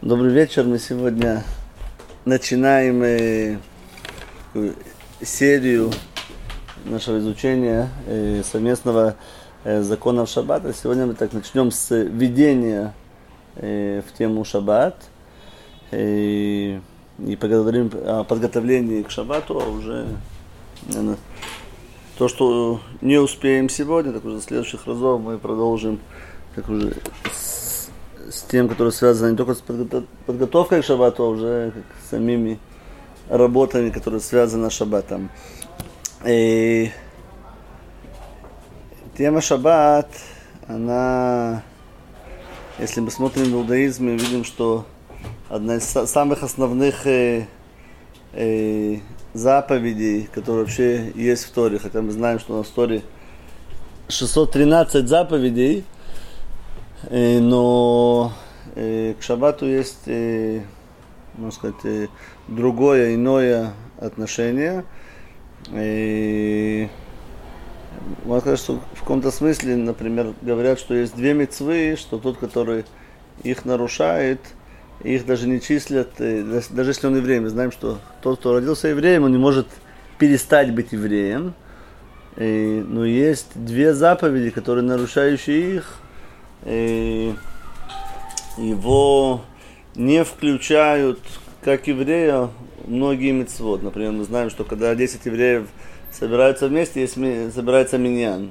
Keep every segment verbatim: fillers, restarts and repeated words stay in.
Добрый вечер. Мы сегодня начинаем э, серию нашего изучения э, совместного э, закона в шаббат. И сегодня мы так начнем с введения э, в тему шаббат э, и поговорим о подготовлении к шаббату, а уже наверное, то, что не успеем сегодня, так уже в следующих разов мы продолжим так уже с, с тем, которое связано не только с подготовкой к шаббату, а уже как с самими работами, которые связаны с шаббатом. И тема шаббат, она, если мы смотрим в иудаизме, видим, что одна из самых основных э, э, заповедей, которые вообще есть в Торе, хотя мы знаем, что у нас в Торе шестьсот тринадцать заповедей, э, но э, к шаббату есть, э, можно сказать, э, другое, иное отношение. И можно сказать, что в каком-то смысле, например, говорят, что есть две мицвы, что тот, который их нарушает, их даже не числят, даже если он еврей. Мы знаем, что тот, кто родился евреем, он не может перестать быть евреем. И, но есть две заповеди, которые, нарушающие их, и его не включают как еврея многие мицвот. Например, мы знаем, что когда десять евреев собираются вместе, есть, собирается миньян.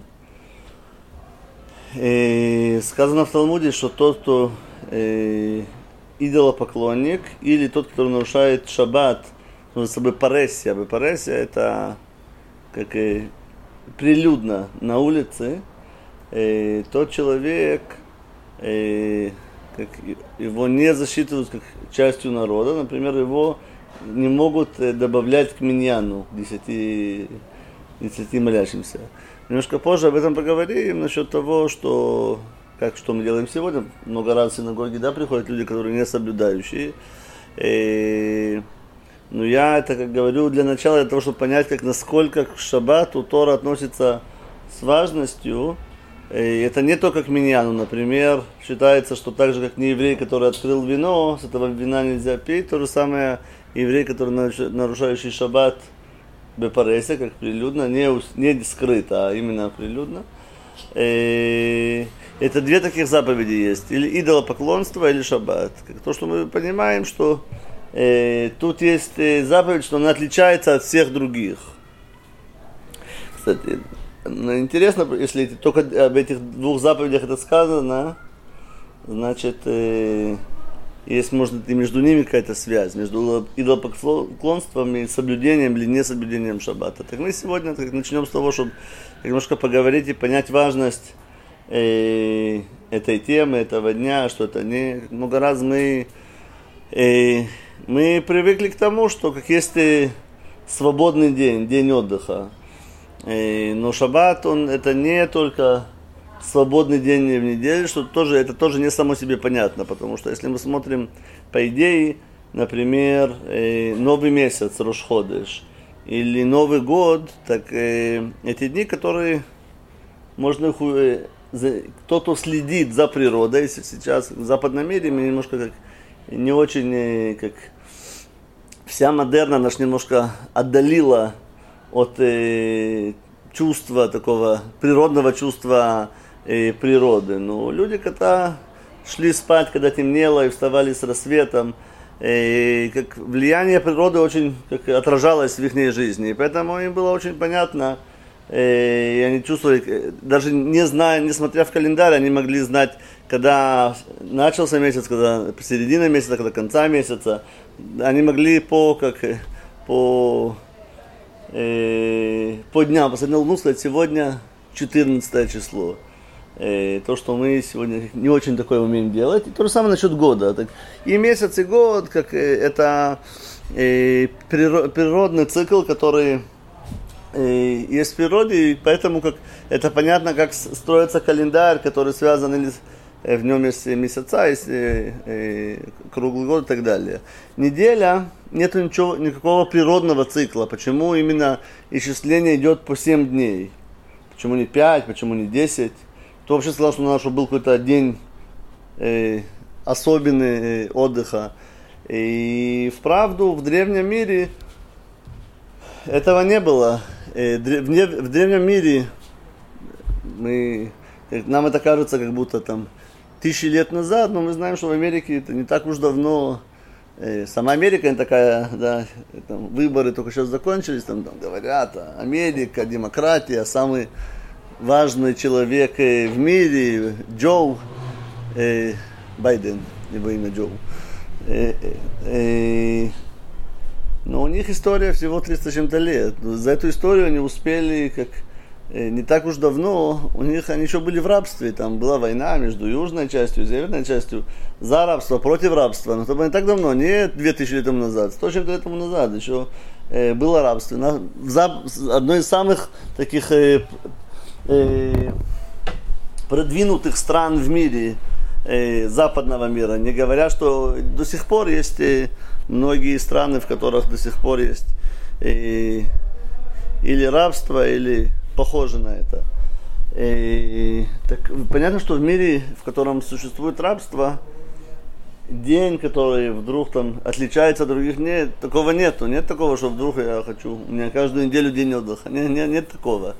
И сказано в Талмуде, что тот, кто э, идолопоклонник, или тот, кто нарушает шаббат, нужно с собой паресия. Паресия это как и прилюдно на улице. И тот человек, и, как, его не засчитывают как частью народа. Например, его не могут добавлять к миньяну, десяти, десяти молящимся. Немножко позже об этом поговорим, насчет того, что, как, что мы делаем сегодня. Много раз в синагоге, да, приходят люди, которые не соблюдающие. И, ну, я это, как говорю, для начала, для того, чтобы понять, как, насколько к шаббату Тора относится с важностью. И это не только к миньяну, например, считается, что так же, как не еврей, который открыл вино, с этого вина нельзя пить, то же самое еврей, который нарушающий шаббат бепаресе, как прилюдно, не, не скрыто, а именно прилюдно. И это две таких заповеди есть, или идолопоклонство, или шаббат. Как то, что мы понимаем, что э, тут есть заповедь, что она отличается от всех других. Кстати, интересно, если только об этих двух заповедях это сказано, значит, э, есть, может, и между ними какая-то связь, между идолопоклонством и соблюдением или несоблюдением шаббата. Так мы сегодня так, начнем с того, чтобы немножко поговорить и понять важность э, этой темы, этого дня, что это не... Много раз мы, э, мы привыкли к тому, что как есть э, свободный день, день отдыха. Но шаббат, он, это не только свободный день в неделе, что тоже, это тоже не само себе понятно, потому что если мы смотрим по идее, например, новый месяц, Рош ходеш, или Новый год, так эти дни, которые можно, кто-то следит за природой, сейчас в западном мире мы немножко как, не очень, как вся модерна нас немножко отдалила от э, чувства, такого природного чувства э, природы. Но люди, когда шли спать, когда темнело, и вставали с рассветом, э, как влияние природы очень как, отражалось в их жизни. И поэтому им было очень понятно, э, и они чувствовали, даже не зная, несмотря в календарь, они могли знать, когда начался месяц, когда середина месяца, когда конца месяца. Они могли по, как, по по дням, посмотрел луну, сказать, сегодня четырнадцатое число. И то, что мы сегодня не очень такое умеем делать. И то же самое насчет года. Так, и месяц, и год, как это и природный цикл, который и есть в природе, и поэтому как, это понятно, как строится календарь, который связан или в нем есть месяца, есть и, и круглый год и так далее. Неделя, нет ничего, никакого природного цикла. Почему именно исчисление идет по семь дней? Почему не пять, почему не десять? Кто вообще сказал, что надо, чтобы был какой-то день э, особенный отдыха. И вправду в древнем мире этого не было. В древнем мире мы, нам это кажется как будто там тысячи лет назад, но мы знаем, что в Америке это не так уж давно. Сама Америка не такая, да, там, выборы только сейчас закончились, там, там говорят, Америка, демократия, самый важный человек в мире, Джо э, Байден, его имя Джо. Э, э, но у них история всего триста с чем-то лет. За эту историю они успели, как э, не так уж давно, у них они еще были в рабстве, там была война между южной частью и северной частью, за рабство, против рабства. Но это было не так давно, не две тысячи лет тому назад, сто с чем-то лет тому назад еще э, было рабство. На, за, одно из самых таких э, э, продвинутых стран в мире, э, западного мира, не говоря, что до сих пор есть э, многие страны, в которых до сих пор есть э, или рабство, или похоже на это. Э, так, понятно, что в мире, в котором существует рабство, день, который вдруг там отличается от других, нет, такого нету. Нет такого, что вдруг я хочу, у меня каждую неделю день отдыха. Нет, нет, нет такого.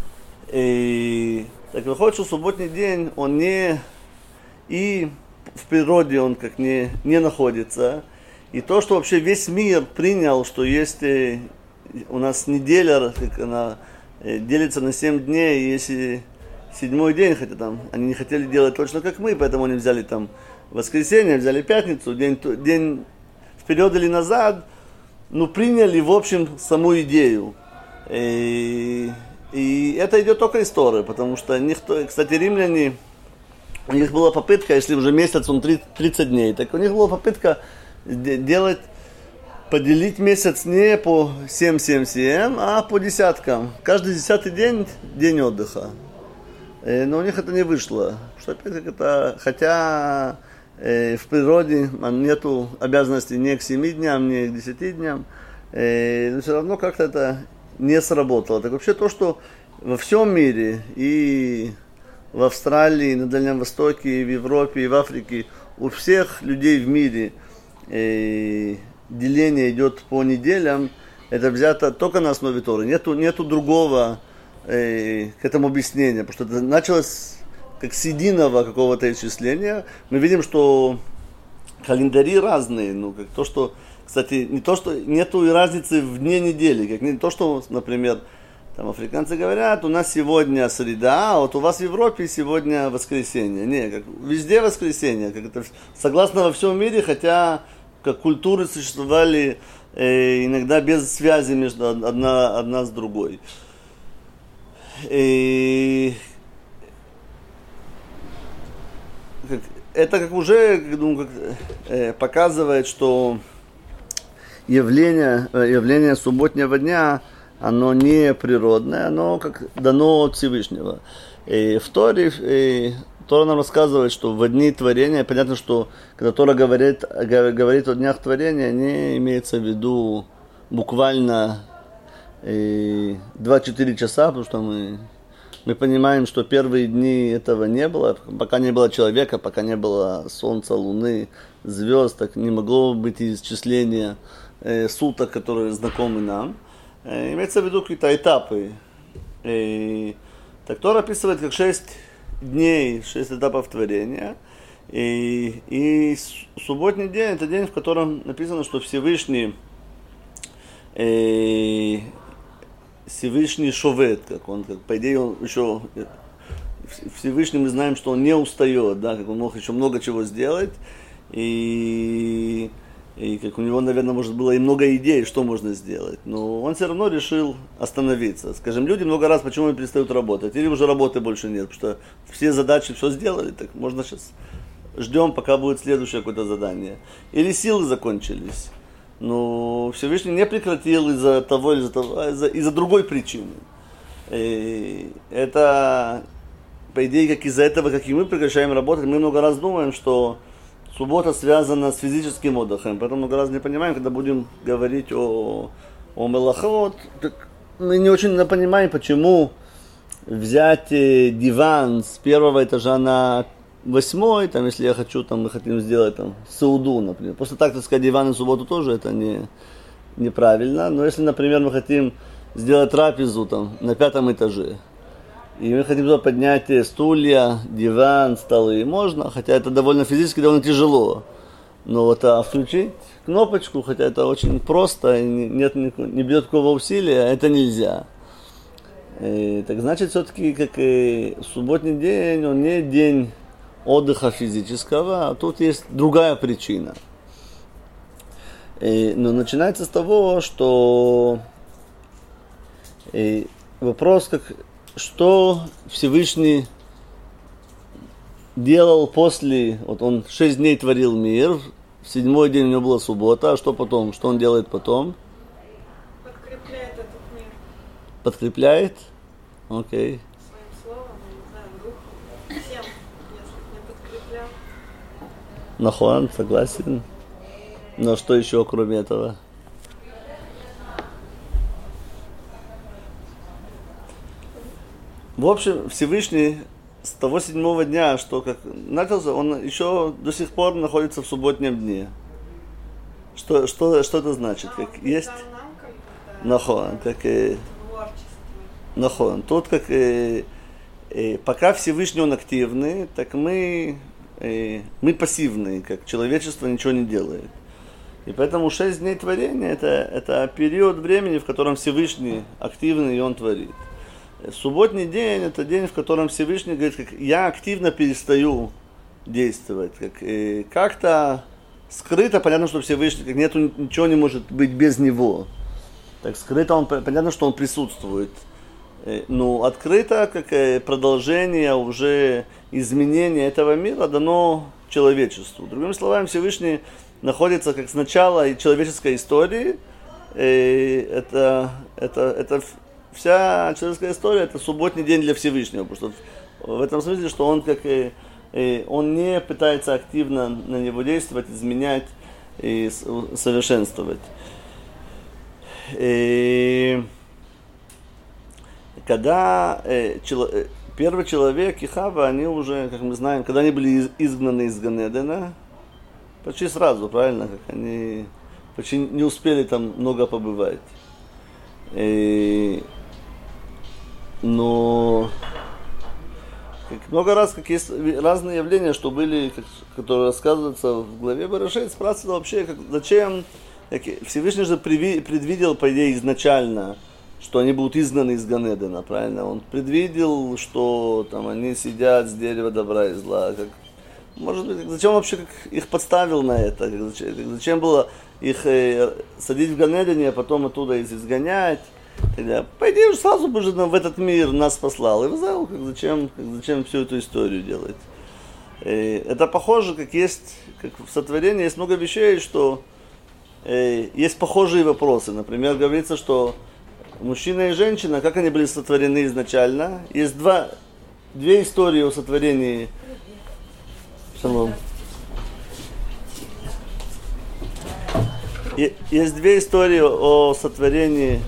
И так выходит, что субботний день, он не и в природе он как не, не находится. И то, что вообще весь мир принял, что есть у нас неделя, как она делится на семь дней, и если седьмой день, хотя там они не хотели делать точно как мы, поэтому они взяли там воскресенье, взяли пятницу, день, день вперед или назад, ну приняли в общем саму идею. И, и это идет только из Торы, потому что никто, кстати, римляне, у них была попытка, если уже месяц он тридцать дней, так у них была попытка делать, поделить месяц не по семь семь семь, а по десяткам. Каждый десятый день день отдыха. Но у них это не вышло. Что опять как это, хотя э, в природе нету обязанностей ни к семи дням, ни к десяти дням, э, но все равно как-то это не сработало. Так вообще то, что во всем мире, и в Австралии, и на Дальнем Востоке, и в Европе, и в Африке, у всех людей в мире э, деление идет по неделям, это взято только на основе Торы. Нету, нету другого э, к этому объяснения, потому что это началось как с единого какого-то исчисления. Мы видим, что календари разные, ну, как то, что, кстати, не то, что нету и разницы в дне недели, как не то, что, например, там африканцы говорят, у нас сегодня среда, а вот у вас в Европе сегодня воскресенье. Не, как везде воскресенье, как это согласно во всем мире, хотя как культуры существовали э, иногда без связи между одна, одна с другой. И как, это как уже ну, как, э, показывает, что явление, явление субботнего дня, оно не природное, оно как дано от Всевышнего. И в Торе, и Тора нам рассказывает, что в дни творения, понятно, что когда Тора говорит, говорит о днях творения, не имеется в виду буквально два-четыре часа, потому что мы, мы понимаем, что первые дни этого не было, пока не было человека, пока не было солнца, луны, звезд, так не могло быть исчисления э, суток, которые знакомы нам. Э, имеется в виду какие-то этапы. Э, так Тора описывает как шесть дней, шесть этапов творения. И, и субботний день — это день, в котором написано, что Всевышний э, Всевышний шовет, как он, как, по идее, он еще Всевышний, мы знаем, что он не устает, да, как он мог еще много чего сделать, и, и как у него, наверное, может было и много идей, что можно сделать, но он все равно решил остановиться. Скажем, люди много раз почему они перестают работать, или уже работы больше нет, потому что все задачи все сделали, так можно сейчас ждем, пока будет следующее какое-то задание, или силы закончились. Но Всевышний не прекратил из-за того или из-за того, а из-за, из-за другой причины. И это, по идее, как из-за этого, как и мы прекращаем работать, мы много раз думаем, что суббота связана с физическим отдыхом. Поэтому много раз не понимаем, когда будем говорить о, о мелахот, так мы не очень понимаем, почему взять диван с первого этажа на восьмой, там, если я хочу, там, мы хотим сделать там сауду, например. Просто так, так сказать, диван и субботу тоже это не, неправильно. Но если, например, мы хотим сделать трапезу там на пятом этаже, и мы хотим туда поднять стулья, диван, столы, можно, хотя это довольно физически довольно тяжело. Но вот а включить кнопочку, хотя это очень просто, и нет, не бьет такого усилия, это нельзя. И, так значит, все-таки, как и субботний день, он не день отдыха физического, а тут есть другая причина. И, но начинается с того, что и, вопрос, как, что Всевышний делал после, вот он шесть дней творил мир, в седьмой день у него была суббота, а что потом, что он делает потом? Подкрепляет этот мир. Подкрепляет? Окей. Своим словом, не знаю, духом, всем, если не подкреплял. Нахон, согласен. Но что еще кроме этого? В общем, Всевышний с того седьмого дня, что как начался, он еще до сих пор находится в субботнем дне. Что, что, что это значит? А, Как он есть? дал нам как бы, да, Нахон, как и творчество. Нахон. Тут как и, и, пока Всевышний он активный, так мы, и, мы пассивные, как человечество ничего не делает. И поэтому шесть дней творения это, это период времени, в котором Всевышний активный и он творит. Субботний день это день, в котором Всевышний говорит, как я активно перестаю действовать. Как, и как-то скрыто, понятно, что Всевышний, как нету, ничего не может быть без него. Так скрыто, он, понятно, что он присутствует. Но открыто, как продолжение уже изменения этого мира дано человечеству. Другими словами, Всевышний находится как с начала человеческой истории. И это, это, это вся человеческая история это субботний день для Всевышнего, потому что в этом смысле, что он как и, и он не пытается активно на него действовать, изменять и совершенствовать. И когда э, чело, первый человек и Хава, они уже, как мы знаем, когда они были из, изгнаны из Ганедена, почти сразу, правильно, как они почти не успели там много побывать. И но как много раз, как есть разные явления, что были, как, которые рассказываются в главе Берешит, спрашивают вообще, как, зачем, как, Всевышний же предвидел, по идее, изначально, что они будут изгнаны из Ганедена, правильно? Он предвидел, что там они сидят с дерева добра и зла. Как, может быть, зачем вообще как, их подставил на это? Как, зачем, зачем было их э, садить в Ганедене, а потом оттуда изгонять? Тогда, по идее, сразу бы же в этот мир нас послал. И вы знаете, как, зачем, как, зачем всю эту историю делать. И это похоже, как есть, как в сотворении есть много вещей, что э, есть похожие вопросы. Например, говорится, что мужчина и женщина, как они были сотворены изначально. Есть два, две истории о сотворении самом. Есть две истории о сотворении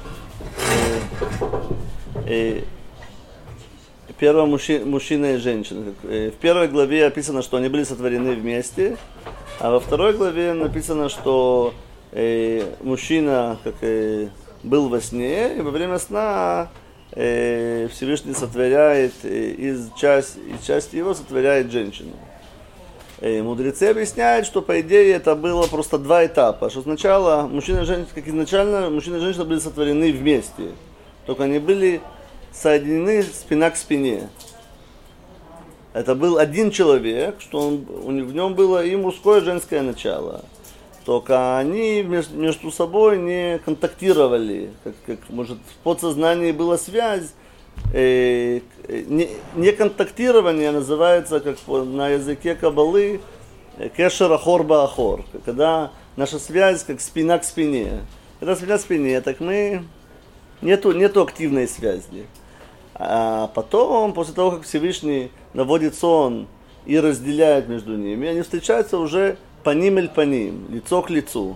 э, э, первого мужчи, мужчины и женщины. В первой главе описано, что они были сотворены вместе, а во второй главе написано, что э, мужчина как, э, был во сне, и во время сна э, Всевышний сотворяет, э, из, часть, из части его сотворяет женщину. И мудрецы объясняют, что по идее это было просто два этапа. Что сначала мужчина и женщина, как изначально, мужчина и женщина были сотворены вместе. Только они были соединены спина к спине. Это был один человек, что он, в нем было и мужское, и женское начало. Только они между собой не контактировали. Как, как может в подсознании была связь. Э, не, не контактирование называется, как на языке каббалы, кешер ахор ба ахор, когда наша связь как спина к спине. Когда спина к спине, так мы нету, нету активной связи. А потом, после того, как Всевышний наводит сон и разделяет между ними, они встречаются уже паним эль паним, лицо к лицу.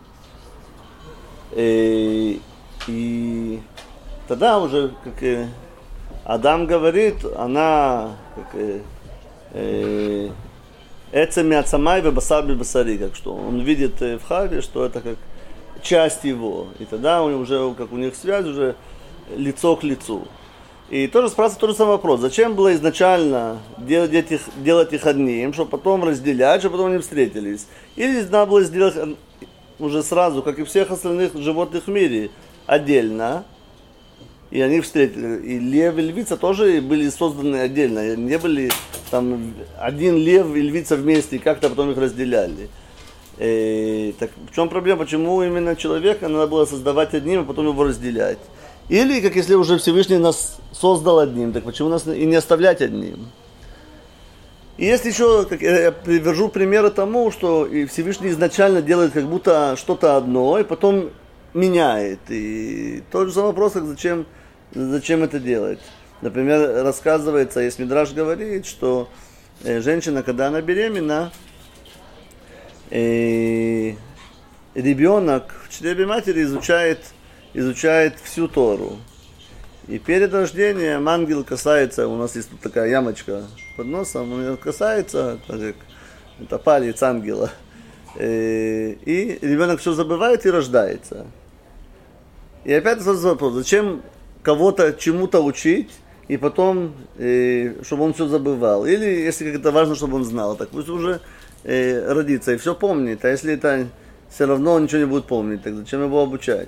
И, и тогда уже как Адам говорит, она как, Эцем мяцамай вебасар бебасари, как что он видит в Хаве, что это как часть его, и тогда у него уже, как у них связь, уже лицо к лицу. И тоже спрашивается тот же самый вопрос, зачем было изначально делать их, делать их одним, чтобы потом разделять, чтобы потом они встретились, или надо было сделать уже сразу, как и всех остальных животных в мире, отдельно, и они встретились. И лев и львица тоже были созданы отдельно, не были там один лев и львица вместе, и как-то потом их разделяли. И, так в чем проблема, почему именно человека надо было создавать одним, а потом его разделять? Или, как если уже Всевышний нас создал одним, так почему нас и не оставлять одним? И есть еще, как я привержу примеры тому, что и Всевышний изначально делает как будто что-то одно, и потом меняет. И тот же самый вопрос, как зачем, зачем это делать. Например, рассказывается, есть Мидраш говорит, что женщина, когда она беременна, и ребенок в чреве матери изучает, изучает всю Тору. И перед рождением ангел касается, у нас есть тут такая ямочка под носом, он касается, как, это палец ангела. И, и ребенок все забывает и рождается. И опять сразу вопрос, зачем кого-то чему-то учить, и потом, и, чтобы он все забывал. Или, если как это важно, чтобы он знал, так пусть уже и, родится и все помнит. А если это все равно он ничего не будет помнить, так зачем его обучать?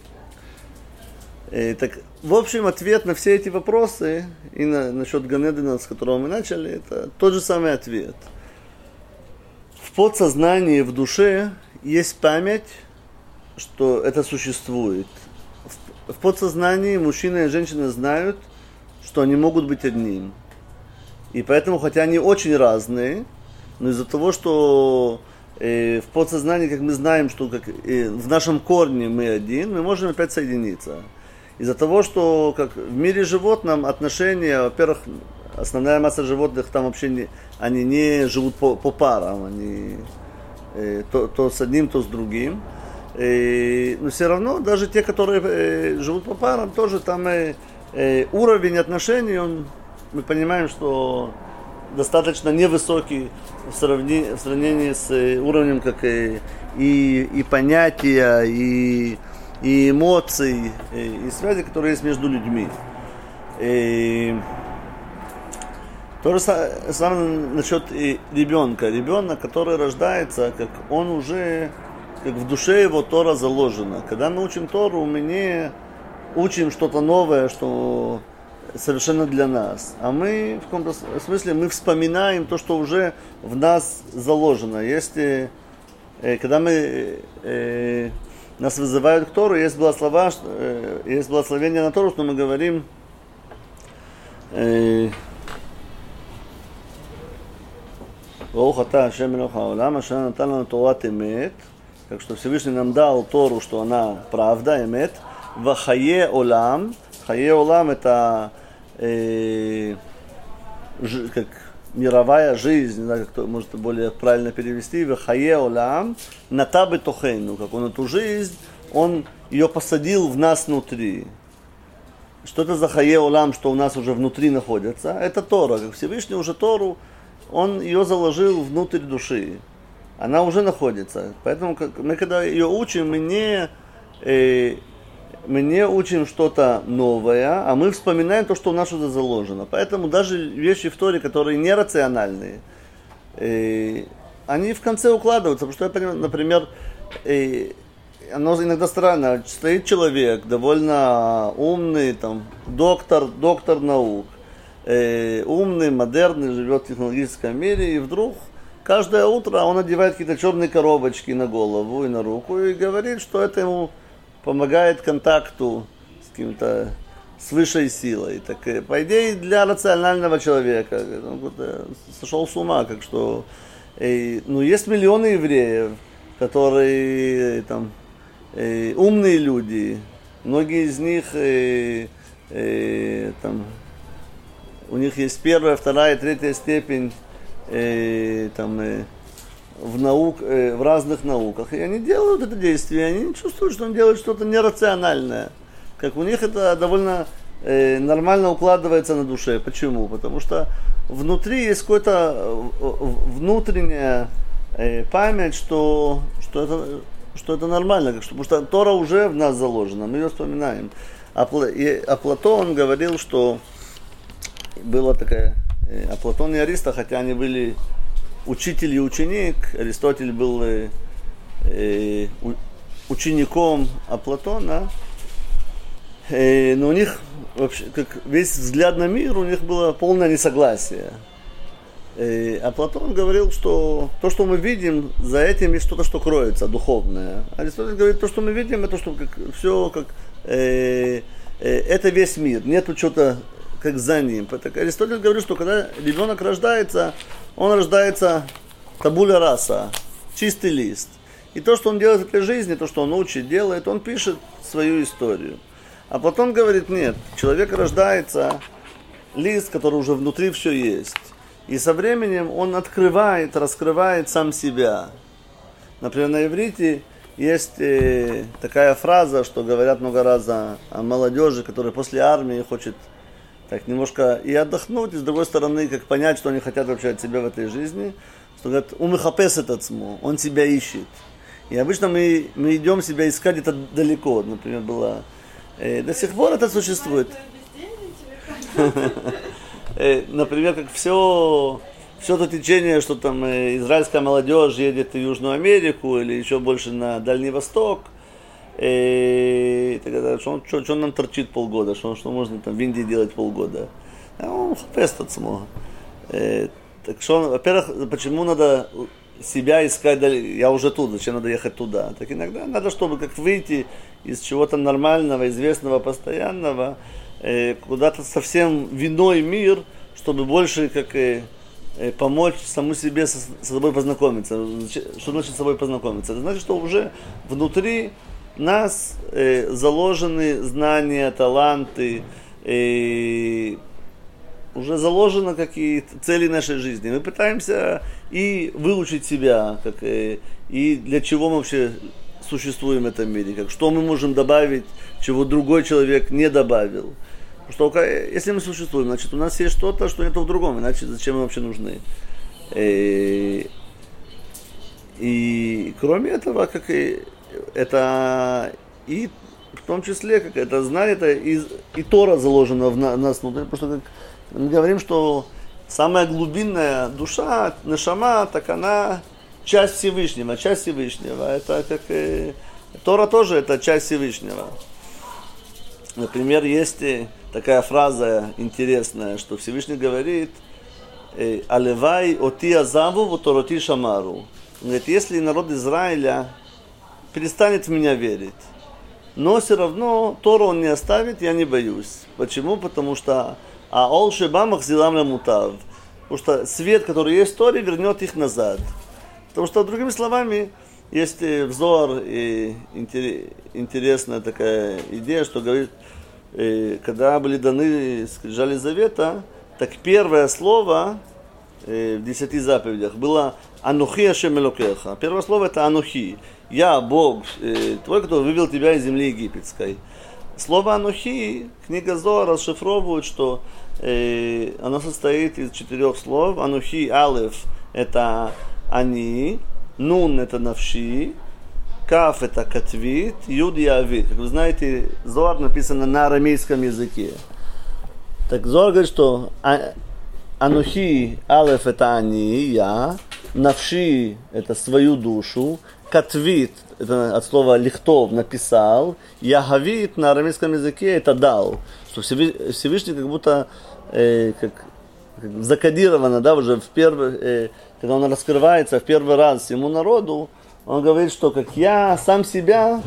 И, так, в общем, ответ на все эти вопросы, и на, насчет Ганедена, с которого мы начали, это тот же самый ответ. В подсознании, в душе есть память, что это существует. В, в подсознании мужчина и женщина знают, что они могут быть одним. И поэтому, хотя они очень разные, но из-за того, что э, в подсознании, как мы знаем, что как, э, в нашем корне мы один, мы можем опять соединиться. Из-за того, что как в мире животных отношения, во-первых, основная масса животных там вообще не, они не живут по, по парам, они э, то, то с одним, то с другим. Э, но все равно даже те, которые э, живут по парам, тоже там э, э, уровень отношений, он, мы понимаем, что достаточно невысокий в сравнении, в сравнении с э, уровнем как э, и, и понятия, и и эмоций, и, и связи, которые есть между людьми. И то же самое насчет ребенка. Ребенок, который рождается, как он уже, как в душе его Тора заложена. Когда мы учим Тору, мы не учим что-то новое, что совершенно для нас. А мы, в каком-то смысле, мы вспоминаем то, что уже в нас заложено. Если, когда мы нас вызывают к Тору, есть благослова, э, есть благословение на Тору, что мы говорим Баух ата Ашем Мелех хаолам, ашер натан лану Торат эмет, как что Всевышний нам дал Тору, что она правда, эмет, вахае олам, хае олам это э, ж, как мировая жизнь, не знаю, как это может более правильно перевести, вахае олам, ната бетохейну, как он эту жизнь, он ее посадил в нас внутри. Что это за хае олам, что у нас уже внутри находится? Это Тора, как Всевышний уже Тору, он ее заложил внутрь души. Она уже находится. Поэтому как, мы когда ее учим, мы не, э, мы не учим что-то новое, а мы вспоминаем то, что у нас уже заложено. Поэтому даже вещи в Торе, которые нерациональные, э, они в конце укладываются. Потому что, например, э, оно иногда странно. Стоит человек, довольно умный, там, доктор, доктор наук, э, умный, модерный, живет в технологическом мире, и вдруг каждое утро он одевает какие-то черные коробочки на голову и на руку и говорит, что это ему помогает контакту с каким-то, с высшей силой. Так, по идее, для рационального человека, он сошел с ума, как что, э, ну, есть миллионы евреев, которые, там, э, умные люди, многие из них, э, э, там, у них есть первая, вторая, третья степень, э, там, э, в, наук, э, в разных науках. И они делают это действие, они не чувствуют, что они делают что-то нерациональное. Как у них это довольно э, нормально укладывается на душе. Почему? Потому что внутри есть какая-то внутренняя э, память, что, что, это, что это нормально, потому что Тора уже в нас заложена, мы ее вспоминаем. А, и, а Платон говорил, что была такая, э, а Платон и Ариста, хотя они были учитель и ученик, Аристотель был э, э, учеником Аплатона, э, но у них вообще, как весь взгляд на мир, у них было полное несогласие. Э, а Платон говорил, что то, что мы видим, за этим есть что-то, что кроется, духовное. Аристотель говорит, то, что мы видим, это что как, все как э, э, это весь мир, нету чего-то как за ним. Так Аристотель говорит, что когда ребенок рождается, он рождается табуля раса, чистый лист. И то, что он делает в этой жизни, то, что он учит, делает, он пишет свою историю. А Платон говорит, нет, человек рождается, лист, который уже внутри все есть. И со временем он открывает, раскрывает сам себя. Например, на иврите есть э, такая фраза, что говорят много раз о, о молодежи, которая после армии хочет так немножко и отдохнуть, и с другой стороны, как понять, что они хотят вообще от себя в этой жизни. Что говорят, умехапес этот смо, он себя ищет. И обычно мы, мы идем себя искать где-то далеко. Например, было... Э, до сих пор это существует. Например, как все, все то течение, что там э, израильская молодежь едет в Южную Америку или еще больше на Дальний Восток. Э, тогда, что, что, что нам торчит полгода, что, что можно там в Индии делать полгода. А он хапес тот смог. Э, так что, во-первых, почему надо себя искать, я уже тут, зачем надо ехать туда? Так иногда надо, чтобы как выйти из чего-то нормального, известного, постоянного, э, куда-то совсем в иной мир, чтобы больше как э, э, помочь саму себе со, с собой познакомиться. Что значит с собой познакомиться? Это значит, что уже внутри нас э, заложены знания, таланты, э, уже заложено какие цели нашей жизни. Мы пытаемся и выучить себя, как, э, и для чего мы вообще существуем в этом мире, как, что мы можем добавить, чего другой человек не добавил. Потому что если мы существуем, значит у нас есть что-то, что нету в другом, иначе зачем мы вообще нужны. И, и кроме этого, как и, это и в том числе, как это знание, это и, и Тора заложено в нас внутри, потому что как мы говорим, что самая глубинная душа, нешама, так она часть Всевышнего, часть Всевышнего. Это как и Тора тоже, это часть Всевышнего. Например, есть такая фраза интересная, что Всевышний говорит: «Алевай оти азаву вотороти шамару». Он говорит, если народ Израиля перестанет в меня верить, но все равно Тору он не оставит, я не боюсь. Почему? Потому что а ол шебамах зилам мутав. Потому что свет, который есть в Торе, вернет их назад. Потому что, другими словами, есть взор и интересная такая идея, что говорит, когда были даны скрижали завета, так первое слово в десяти заповедях было «Анухи Ашем Элокеха». Первое слово это «Анухи». «Я, Бог твой, который вывел тебя из земли египетской». Слово «Анухи», книга Зоар расшифровывает, что э, оно состоит из четырех слов. «Анухи» алеф – это «Они», «Нун» – это «Навши», «Каф» – это «Катвит», «Юд» – «Явит». Как вы знаете, Зоар написано на арамейском языке. Так Зоар говорит, что «Анухи» алеф – это «Они», «Я», «Навши» – это «свою душу», «Катвит» – это от слова «лихтов» – «написал», «Ягавит» на арамейском языке – это «дал». Что Всевышний как будто э, как, как закодировано, да, уже в первый, э, когда он раскрывается в первый раз всему народу, он говорит, что как я сам себя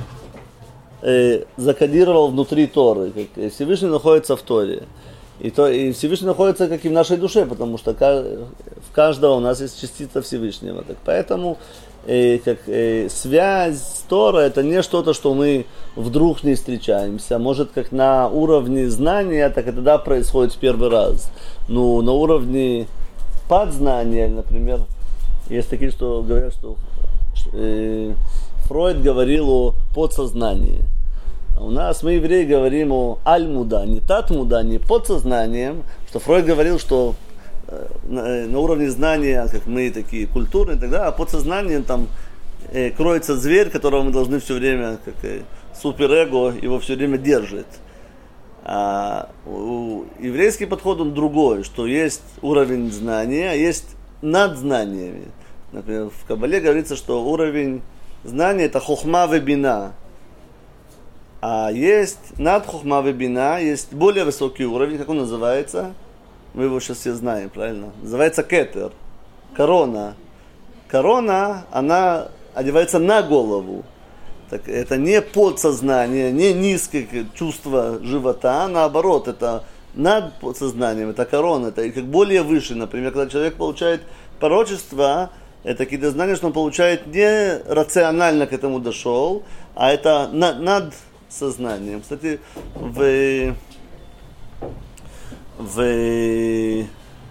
э, закодировал внутри Торы, как Всевышний находится в Торе. И, то, и Всевышний находится как и в нашей душе, потому что в каждого у нас есть частица Всевышнего. Так поэтому э, как, э, связь с Торой это не что-то, что мы вдруг не встречаемся. Может, как на уровне знания, так это да, происходит в первый раз. Но на уровне подзнания, например, есть такие, что говорят, что э, Фройд говорил о подсознании. У нас мы, евреи, говорим о аль-муда, не тат-муда, не подсознанием, что Фройд говорил, что на, на уровне знания, как мы такие культурные, тогда, а подсознанием там э, кроется зверь, которого мы должны все время, как э, суперэго, его все время держит. А у, еврейский подход он другой, что есть уровень знания, а есть над знаниями. Например, в Кабале говорится, что уровень знания это хохма ве бина. А есть над хохма ве бина, есть более высокий уровень, как он называется? Мы его сейчас все знаем, правильно? Называется кетер, корона. Корона, она одевается на голову. Так, это не подсознание, не низкое чувство живота, а наоборот, это над подсознанием, это корона, это как более выше. Например, когда человек получает пророчество, это какие-то знания, что он получает не рационально к этому дошел, а это на, над сознанием. Кстати, в, в,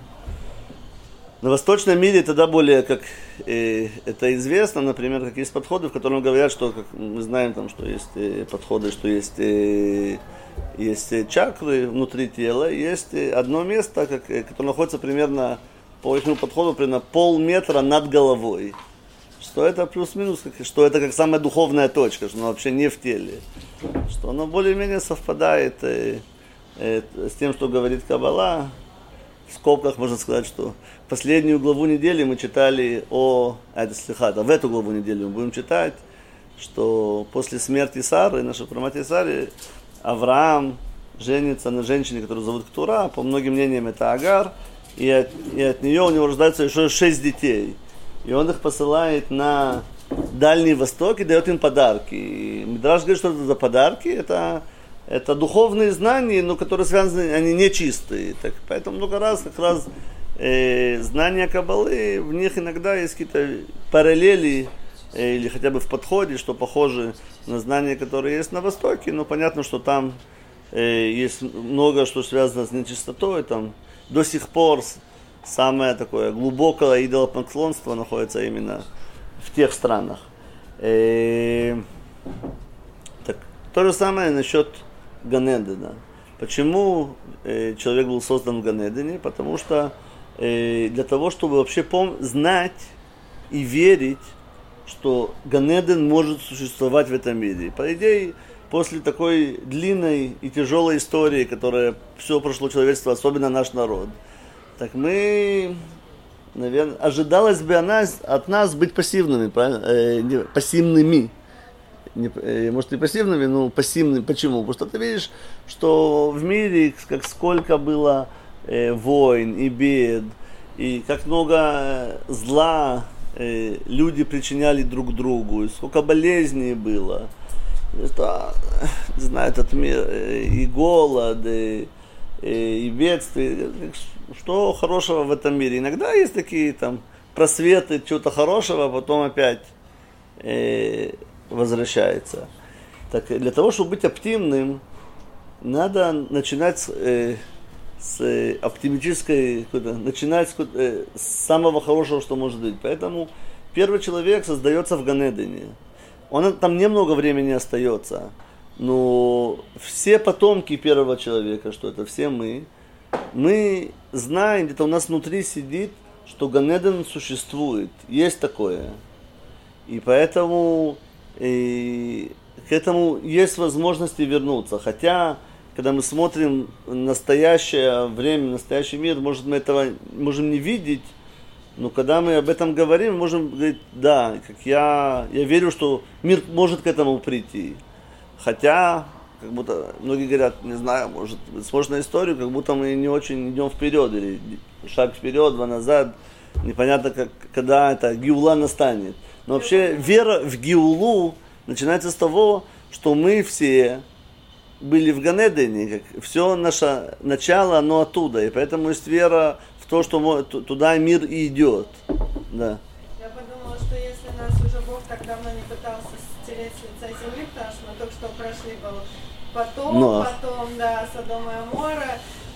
на восточном мире тогда более, как э, это известно, например, как есть подходы, в которых говорят, что, как мы знаем, там, что есть э, подходы, что есть, э, есть чакры внутри тела, есть одно место, как, э, которое находится примерно по их подходу примерно полметра над головой. Что это плюс-минус, что это как самая духовная точка, что она вообще не в теле. Что оно более-менее совпадает э, э, с тем, что говорит Каббала. В скобках можно сказать, что последнюю главу недели мы читали о... А это слихата, в эту главу недели мы будем читать, что после смерти Сары, нашей праматери Сары, Авраам женится на женщине, которую зовут Ктура, по многим мнениям это Агар, и от, и от нее у него рождается еще шесть детей. И он их посылает на Дальний Восток и дает им подарки. И Мидраш говорит, что это за подарки, это, это духовные знания, но которые связаны, они нечистые. Так, поэтому много раз, как раз э, знания Каббалы, в них иногда есть какие-то параллели э, или хотя бы в подходе, что похоже на знания, которые есть на Востоке, но понятно, что там э, есть много, что связано с нечистотой, там до сих пор самое такое глубокое идолопоклонство находится именно в тех странах. Э, так, то же самое насчет Ганедена. Почему э, человек был создан в Ганедене? Потому что э, для того, чтобы вообще пом- знать и верить, что Ганеден может существовать в этом мире. По идее, после такой длинной и тяжелой истории, которая все прошло человечество, особенно наш народ, так мы, наверное, ожидалось бы от нас, от нас быть пассивными, правильно? Э, не, пассивными. Не, э, может, не пассивными, но пассивными. Почему? Потому что ты видишь, что в мире, как сколько было э, войн и бед, и как много зла э, люди причиняли друг другу, и сколько болезней было. Что, не знаю, этот мир, э, и голод, и, и бедствия. Что хорошего в этом мире? Иногда есть такие там просветы, чего-то хорошего, а потом опять э, возвращается. Так, для того, чтобы быть оптимным, надо начинать с, э, с оптимистической, начинать с, э, с самого хорошего, что может быть. Поэтому первый человек создается в Ганедене. Он там немного времени остается, но все потомки первого человека, что это все мы, мы знаем, где-то у нас внутри сидит, что Ганеден существует, есть такое. И поэтому и к этому есть возможности вернуться. Хотя, когда мы смотрим настоящее время, настоящий мир, может, мы этого можем не видеть, но когда мы об этом говорим, мы можем говорить, да, как я, я верю, что мир может к этому прийти. Хотя, как будто многие говорят, не знаю, может, сложно на историю, как будто мы не очень идем вперед, или шаг вперед, два назад. Непонятно, как, когда это Геула настанет. Но вообще вера в Геулу начинается с того, что мы все были в Ганедене, как все наше начало, оно оттуда. И поэтому есть вера в то, что туда мир и идет. Да. Я подумала, что если нас уже Бог так давно не пытался стереть с лица земли, потому что мы только что прошли был потом, Но. потом, да, Содом и Амора,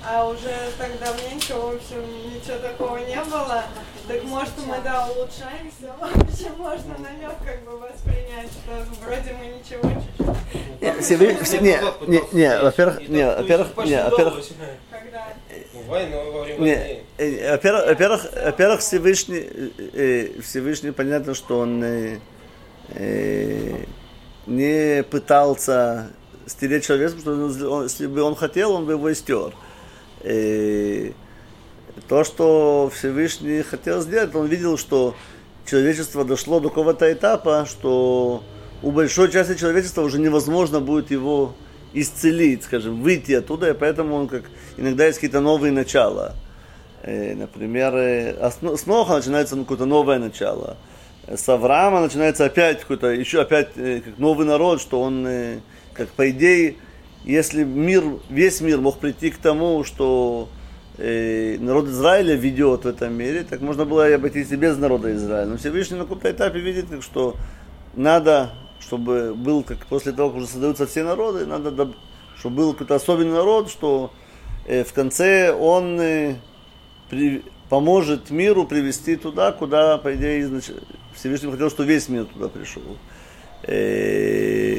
а уже так давненько, в общем, ничего такого не было. Так может мы, да, улучшаемся, вообще можно намек как бы воспринять, что вроде мы ничего чуть-чуть. Не, все, вы, все, не, не, не, во-первых, не, во-первых, не, во-первых, Когда? не, во-первых, во-первых, во-первых, Всевышний, э, Всевышний, понятно, что он э, э, не пытался стереть человека, потому что он, если бы он хотел, он бы его стер. Э, то, что Всевышний хотел сделать, он видел, что человечество дошло до какого-то этапа, что у большой части человечества уже невозможно будет его исцелить, скажем, выйти оттуда, и поэтому он как иногда есть какие-то новые начала. Э, например, э, с Ноха начинается какое-то новое начало. С Авраама начинается опять какой-то, еще опять э, как новый народ, что он, э, как по идее, если мир, весь мир мог прийти к тому, что э, народ Израиля ведет в этом мире, так можно было и обойтись и без народа Израиля. Но Всевышний на каком-то этапе видит, что надо, чтобы был, как после того, как уже создаются все народы, надо, чтобы был какой-то особенный народ, что э, в конце он э, при, поможет миру привести туда, куда, по идее, изнач... Всевышний хотел, что весь мир туда пришел. Э,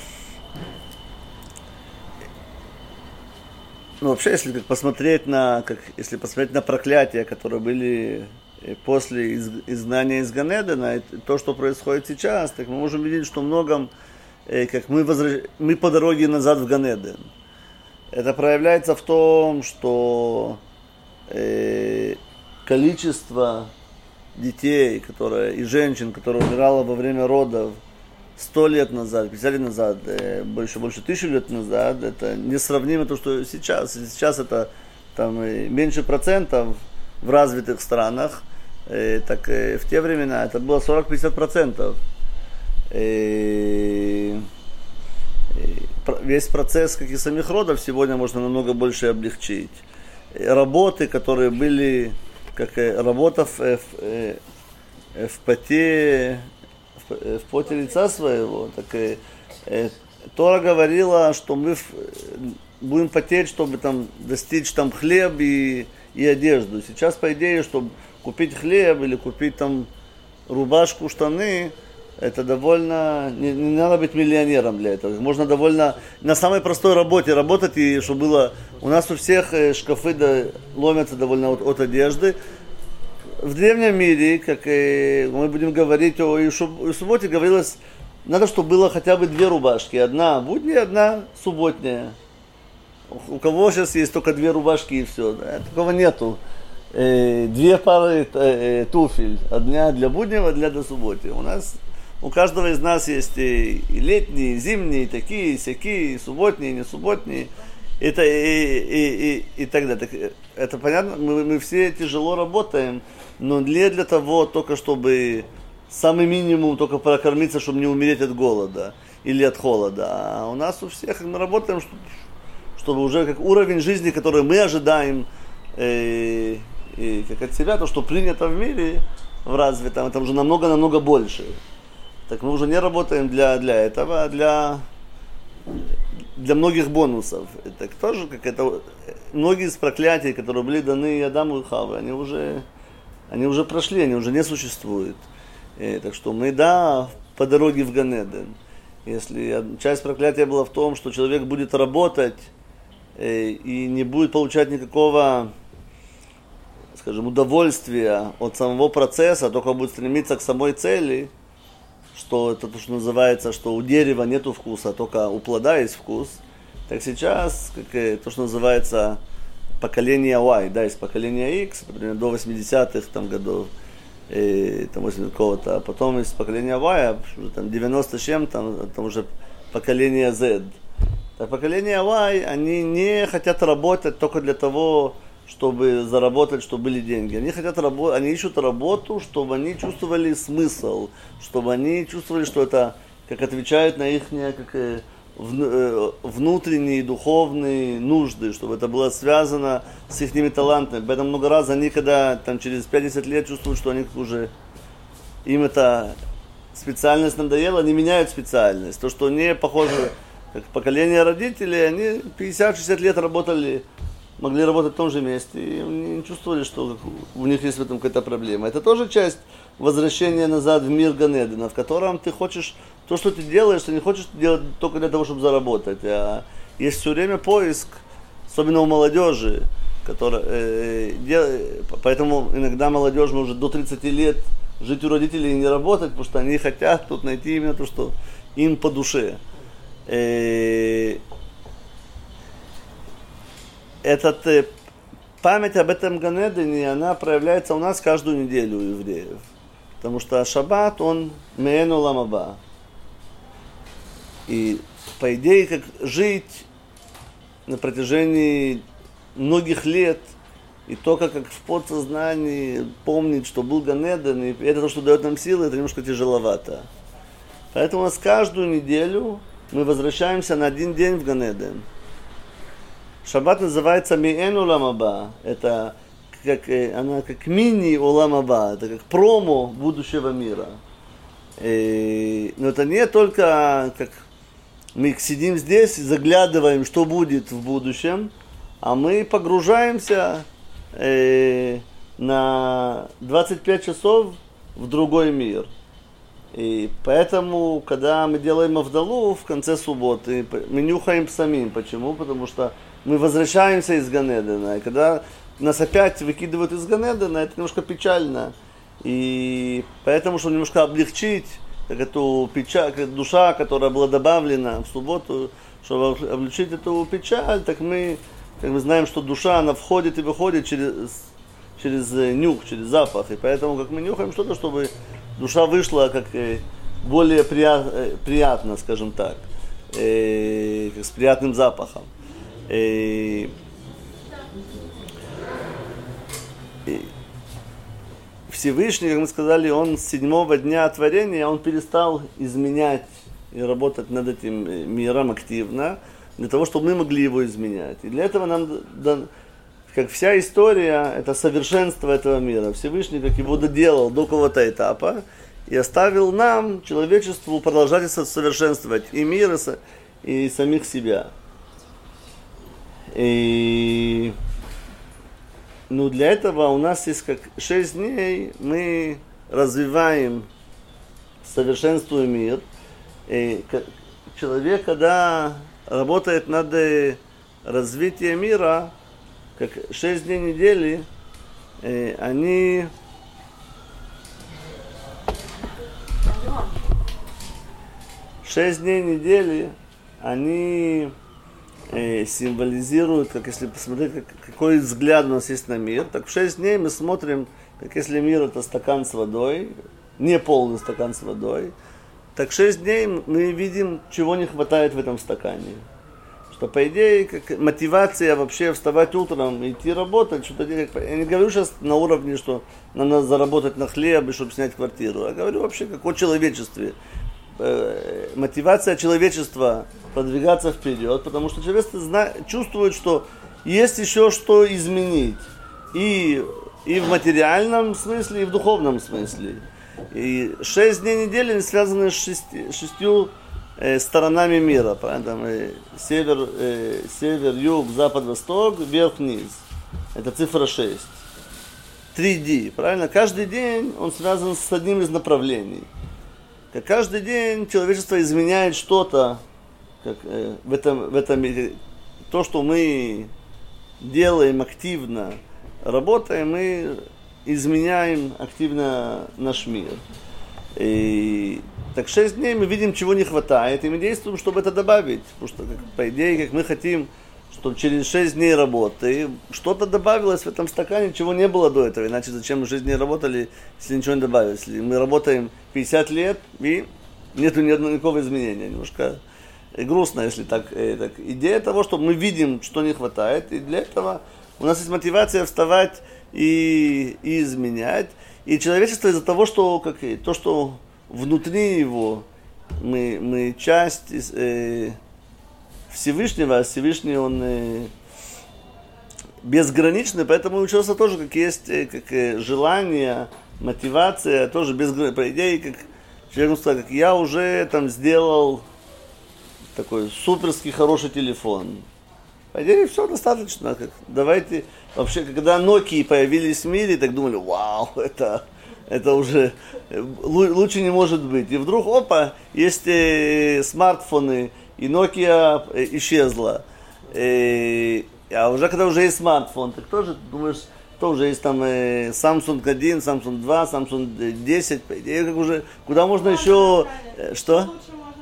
Ну, вообще, если как посмотреть на, как, если посмотреть на проклятия, которые были после из, изгнания из Ганедена, и то, что происходит сейчас, так мы можем видеть, что многом, э, как мы, возвращ... мы по дороге назад в Ганеден. Это проявляется в том, что э, количество детей, которые, и женщин, которые умирало во время родов, сто лет назад, пятьдесят лет назад, больше, больше тысячи лет назад, это несравнимо то, что сейчас. Сейчас это там, меньше процентов в развитых странах, так в те времена это было сорок-пятьдесят процентов. Весь процесс, как и самих родов, сегодня можно намного больше облегчить. Работы, которые были, как работа в, в, в поте, в поте лица своего, так и э, Тора говорила, что мы в, будем потеть, чтобы там достичь там хлеб и, и одежду. Сейчас, по идее, чтобы купить хлеб или купить там рубашку, штаны, это довольно, не, не надо быть миллионером для этого. Можно довольно на самой простой работе работать, и чтобы было, у нас у всех шкафы да, ломятся довольно от, от одежды. В древнем мире, как и мы будем говорить о субботе, говорилось, надо, чтобы было хотя бы две рубашки. Одна будняя, одна субботняя. У кого сейчас есть только две рубашки и все. Да? Такого нету. Э, две пары э, туфель. Одна для буднего, одна для субботы. У нас, у каждого из нас есть и летние, и зимние, и такие, и сякие, и субботние, и не субботние. Это и, и, и, и так далее. Так, это понятно, мы, мы все тяжело работаем, но не для того, только чтобы самый минимум, только прокормиться, чтобы не умереть от голода или от холода. А у нас у всех мы работаем, чтобы, чтобы уже как уровень жизни, который мы ожидаем э, и как от себя, то, что принято в мире, в развитом, это уже намного-намного больше. Так мы уже не работаем для, для этого, а для... для многих бонусов. Это тоже как это многие из проклятий, которые были даны Адаму и Хаве, они уже, они уже прошли, они уже не существуют. И, так что мы, да, по дороге в Ганеден. Если часть проклятия была в том, что человек будет работать э, и не будет получать никакого, скажем, удовольствия от самого процесса, а только будет стремиться к самой цели, что это то, что называется, что у дерева нету вкуса, только у плода есть вкус. Так сейчас, как, то, что называется поколение Y, да, есть поколение X, например, до восьмидесятых там, годов, э, там, восьмидесятого, а потом есть поколение Y, а уже там девяносто с чем, там, там уже поколение Z. Так поколение Y, они не хотят работать только для того, чтобы заработать, чтобы были деньги. Они хотят работать, они ищут работу, чтобы они чувствовали смысл, чтобы они чувствовали, что это как отвечает на их как, э, внутренние духовные нужды, чтобы это было связано с их талантами. Поэтому много раз они, когда там, через пятьдесят лет чувствуют, что они уже им эта специальность надоела, они меняют специальность. То, что не похоже, как поколение родителей, они пятьдесят-шестьдесят лет работали могли работать в том же месте, и не чувствовали, что у них есть в этом какая-то проблема. Это тоже часть возвращения назад в мир Ганедена, в котором ты хочешь, то, что ты делаешь, ты не хочешь делать только для того, чтобы заработать, а есть все время поиск, особенно у молодежи, которая, э, дел, поэтому иногда молодежь может до тридцати лет жить у родителей и не работать, потому что они хотят тут найти именно то, что им по душе. Э, этот, э, память об этом Ганедене, она проявляется у нас каждую неделю у евреев. Потому что шаббат, он меэн олам аба. И по идее, как жить на протяжении многих лет, и только как в подсознании помнить, что был Ганеден, и это то, что дает нам силы, это немножко тяжеловато. Поэтому у нас каждую неделю мы возвращаемся на один день в Ганеден. Шаббат называется меэн олам аба. Это как, она как мини олам аба, это как промо будущего мира. И, но это не только как мы сидим здесь и заглядываем, что будет в будущем, а мы погружаемся э, на двадцать пять часов в другой мир. И поэтому, когда мы делаем авдалу в конце субботы, мы нюхаем самим. Почему? Потому что мы возвращаемся из Ганедена. И когда нас опять выкидывают из Ганедена, это немножко печально. И поэтому, чтобы немножко облегчить как эту печаль, как душа, которая была добавлена в субботу, чтобы облегчить эту печаль, так мы, как мы знаем, что душа, она входит и выходит через, через нюх, через запах. И поэтому, как мы нюхаем что-то, чтобы душа вышла как более прият, приятно, скажем так, э, как с приятным запахом. Э, Всевышний, как мы сказали, он с седьмого дня творения, он перестал изменять и работать над этим миром активно, для того, чтобы мы могли его изменять. И для этого нам, как вся история, это совершенство этого мира. Всевышний, как его доделал до какого-то этапа, и оставил нам, человечеству, продолжать совершенствовать и мир, и самих себя. И... Ну, для этого у нас есть как шесть дней, мы развиваем, совершенствуем мир. И человек, когда работает над развитием мира, как шесть дней недели, они шесть дней недели, они символизирует, как если посмотреть, как, какой взгляд у нас есть на мир, так в шесть дней мы смотрим, как если мир это стакан с водой, не полный стакан с водой, так шесть дней мы видим, чего не хватает в этом стакане. Что по идее, как мотивация вообще вставать утром, идти работать, что-то делать. Я не говорю сейчас на уровне, что нам надо заработать на хлеб, чтобы снять квартиру, а говорю вообще как о человечестве. Мотивация человечества продвигаться вперед, потому что человечество знает, чувствует, что есть еще что изменить и, и в материальном смысле, и в духовном смысле. И шесть дней недели связаны с шести, шестью э, сторонами мира. Там, э, север, э, север, юг, запад, восток, вверх, вниз. Это цифра шесть. три ди, правильно? Каждый день он связан с одним из направлений. Как каждый день человечество изменяет что-то как, э, в этом, в этом мире. То, что мы делаем активно, работаем, мы изменяем активно наш мир. И, так шесть дней мы видим, чего не хватает, и мы действуем, чтобы это добавить. Потому что, как, по идее, как мы хотим, чтобы через шесть дней работы что-то добавилось в этом стакане, чего не было до этого. Иначе зачем мы шесть дней работали, если ничего не добавилось? Если мы работаем пятьдесят лет, и нету ни одного никакого изменения. Немножко грустно, если так, э, так. Идея того, что мы видим, что не хватает, и для этого у нас есть мотивация вставать и, и изменять. И человечество из-за того, что как, то, что внутри его мы, мы часть э, Всевышнего, а Всевышний он э, безграничный, поэтому у человека тоже как есть э, как, э, желание, мотивация, тоже безграничная. По идее, как человек сказал, как я уже там сделал такой суперский хороший телефон. По По идее, все достаточно. Как, давайте, вообще, когда Nokia появились в мире, так думали, вау, это, это уже лучше не может быть. И вдруг, опа, есть э, смартфоны, и Nokia исчезла. Э, а уже когда уже есть смартфон, так тоже думаешь, то уже есть там э, Samsung один, Samsung два, Samsung десять, по идее, как уже, куда можно еще, э, что?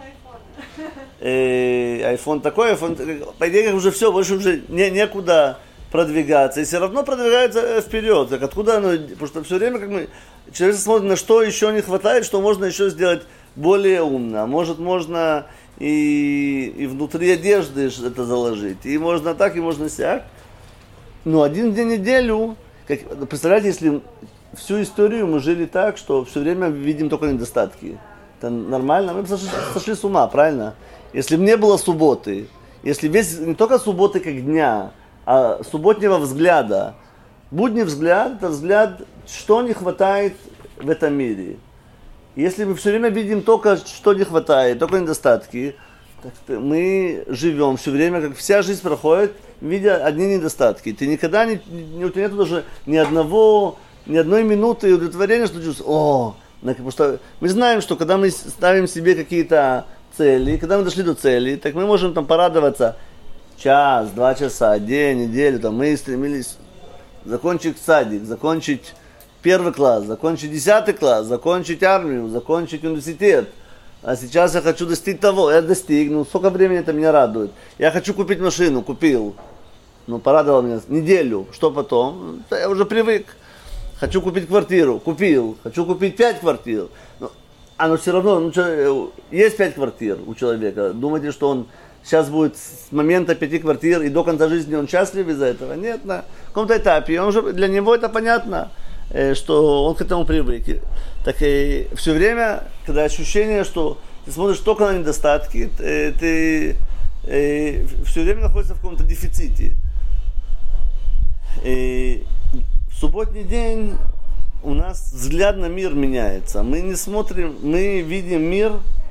Э, iPhone такой, iPhone, по идее, как уже все, больше уже не, некуда продвигаться, и все равно продвигается вперед. Так откуда оно, потому что все время, как мы, человек смотрит, на что еще не хватает, что можно еще сделать более умно. Может, можно и, и внутри одежды это заложить, и можно так, и можно сяк. Но один день в неделю, как, представляете, если всю историю мы жили так, что все время видим только недостатки. Это нормально? Мы бы сошли, сошли с ума, правильно? Если бы не было субботы, если весь, не только субботы как дня, а субботнего взгляда. Будний взгляд, это взгляд, что не хватает в этом мире. Если мы все время видим только, что не хватает, только недостатки, так мы живем все время, как вся жизнь проходит, видя одни недостатки. Ты никогда не, не у тебя нет даже ни одного, ни одной минуты удовлетворения, что чувствуешь, о, потому что мы знаем, что когда мы ставим себе какие-то цели, когда мы дошли до цели, так мы можем там порадоваться час, два часа, день, неделю, там мы стремились закончить садик, закончить первый класс, закончить десятый класс, закончить армию, закончить университет. А сейчас я хочу достичь того, я достигну, сколько времени это меня радует. Я хочу купить машину, купил. Ну, порадовал меня неделю, что потом? Я уже привык. Хочу купить квартиру, купил. Хочу купить пять квартир. Но, а но все равно, ну, что, есть пять квартир у человека. Думаете, что он сейчас будет с момента пяти квартир и до конца жизни он счастлив из-за этого? Нет, на каком-то этапе. Он уже, для него это понятно, что он к этому привык. Так и все время, когда ощущение, что ты смотришь только на недостатки, ты, ты все время находишься в каком-то дефиците. И в субботний день у нас взгляд на мир меняется. Мы не смотрим, мы видим мир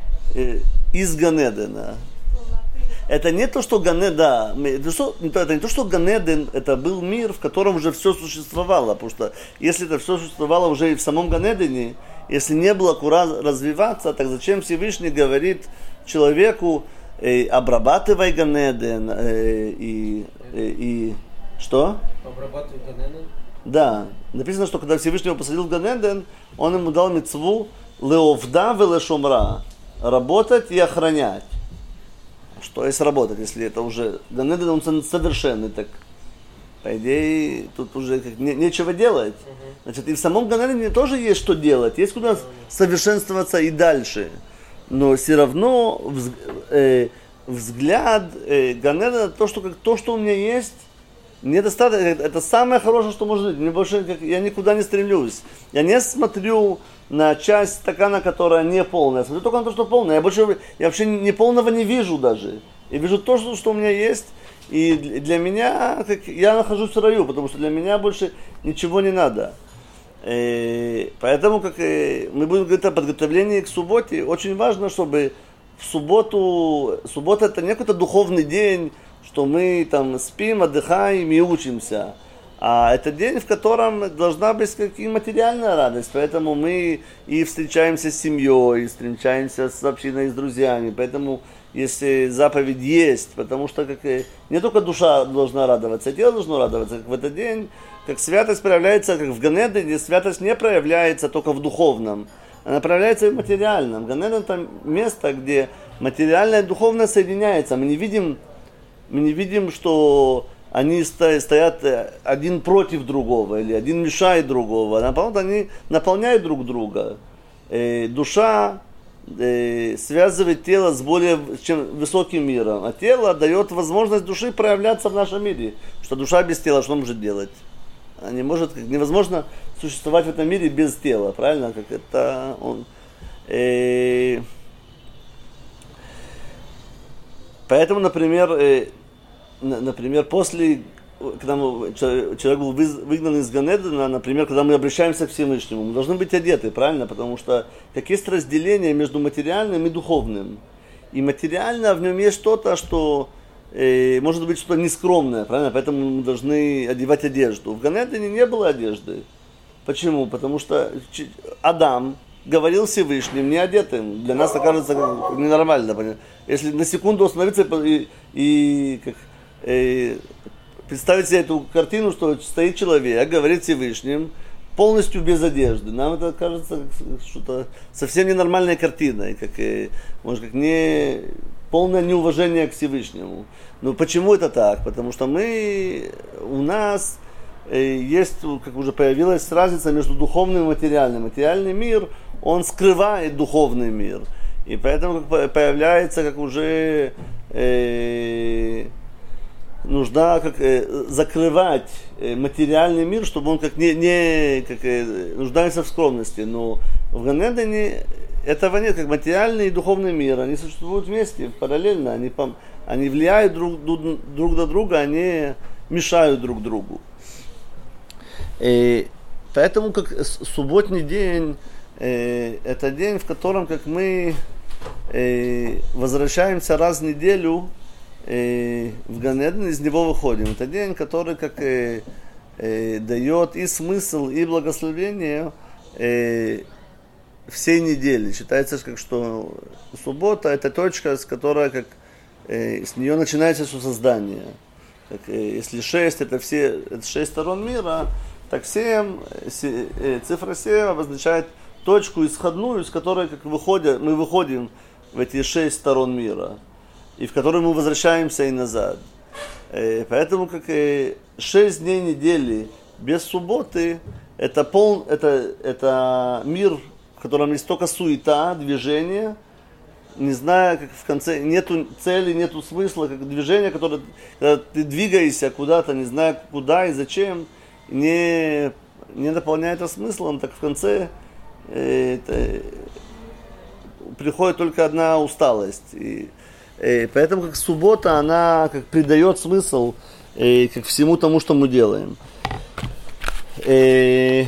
из Ганедена. Это не то, что Ганеден, да, это, что, это не то, что Ганеден, это был мир, в котором уже все существовало, потому что если это все существовало уже и в самом Ганедене, если не было кура развиваться, так зачем Всевышний говорит человеку, э, обрабатывай Ганеден, э, и, э, и что? Обрабатывай Ганеден? Да, написано, что когда Всевышний его посадил в Ганеден, он ему дал мицву леовда велешомра, работать и охранять. Что есть работать, если это уже Ганеден, он совершенный, так по идее тут уже как, не, нечего делать. Uh-huh. Значит, и в самом Ганедене тоже есть что делать, есть куда uh-huh. совершенствоваться и дальше. Но все равно взг, э, взгляд э, Ганедена, то что, как, то, что у меня есть, недостаточно. Это самое хорошее, что может быть. Мне больше, как, я никуда не стремлюсь. Я не смотрю на часть стакана, которая не полная. Я смотрю только на то, что полное. Я больше, я вообще не полного не вижу даже. Я вижу то, что, что у меня есть. И для меня, как, я нахожусь в раю, потому что для меня больше ничего не надо. И поэтому, как и мы будем говорить о подготовлении к субботе, очень важно, чтобы в субботу, суббота это не какой-то духовный день, что мы там спим, отдыхаем и учимся. А это день, в котором должна быть какая-то материальная радость. Поэтому мы и встречаемся с семьей, и встречаемся с общиной, с друзьями. Поэтому если заповедь есть, потому что как, не только душа должна радоваться, тело должно радоваться. Как в этот день, как святость проявляется, как в Ганедене, святость не проявляется только в духовном. Она проявляется и в материальном. Ганеден это место, где материальное и духовное соединяется. Мы не видим, мы не видим, что они стоят один против другого, или один мешает другого. Наоборот, они наполняют друг друга. Э, душа э, связывает тело с более чем высоким миром, а тело дает возможность души проявляться в нашем мире. Что душа без тела что может делать? Она не может, невозможно существовать в этом мире без тела, правильно? Как это он. Э, поэтому, например, э, Например, после, когда мы, человек был выгнан из Ганедена, например, когда мы обращаемся к Всевышнему, мы должны быть одеты, правильно? Потому что как есть разделение между материальным и духовным. И материально в нем есть что-то, что э, может быть что-то нескромное, правильно? Поэтому мы должны одевать одежду. В Ганедене не было одежды. Почему? Потому что Адам говорил Всевышним не одетым. Для нас окажется ненормально. Понятно? Если на секунду остановиться и, и как, э, представить себе эту картину, что стоит человек, говорит Всевышним, полностью без одежды. Нам это кажется что-то совсем ненормальной картиной, как, э, может, как не, полное неуважение к Всевышнему. Но почему это так? Потому что мы, у нас э, есть, как уже появилась разница между духовным и материальным. Материальный мир, он скрывает духовный мир. И поэтому как появляется, как уже э, нужно как, э, закрывать э, материальный мир, чтобы он как не, не как, э, нуждается в скромности. Но в Ганедене этого нет, как материальный и духовный мир, они существуют вместе, параллельно, они, они влияют друг, друг на друга, они мешают друг другу. И поэтому как субботний день, э, это день, в котором как мы э, возвращаемся раз в неделю э, в Ганеден, из него выходим. Это день, который как э, э, дает и смысл, и благословение э, всей недели. Считается, как, что суббота это точка, с которой как, э, с нее начинается все создание. Как, э, если шесть это все это шесть сторон мира, так семь, э, цифра семь обозначает точку исходную, из которой как, выходя, мы выходим в эти шесть сторон мира, и в которой мы возвращаемся и назад. Э, поэтому как э, шесть дней недели без субботы это, пол, это, это мир, в котором есть только суета, движение, не зная, как в конце, нету цели, нету смысла, как движение, которое, когда ты двигаешься куда-то, не зная куда и зачем, не, не наполняет это смыслом, так в конце э, это, приходит только одна усталость. И, э, поэтому как суббота, она как придает смысл э, как всему тому, что мы делаем. Э,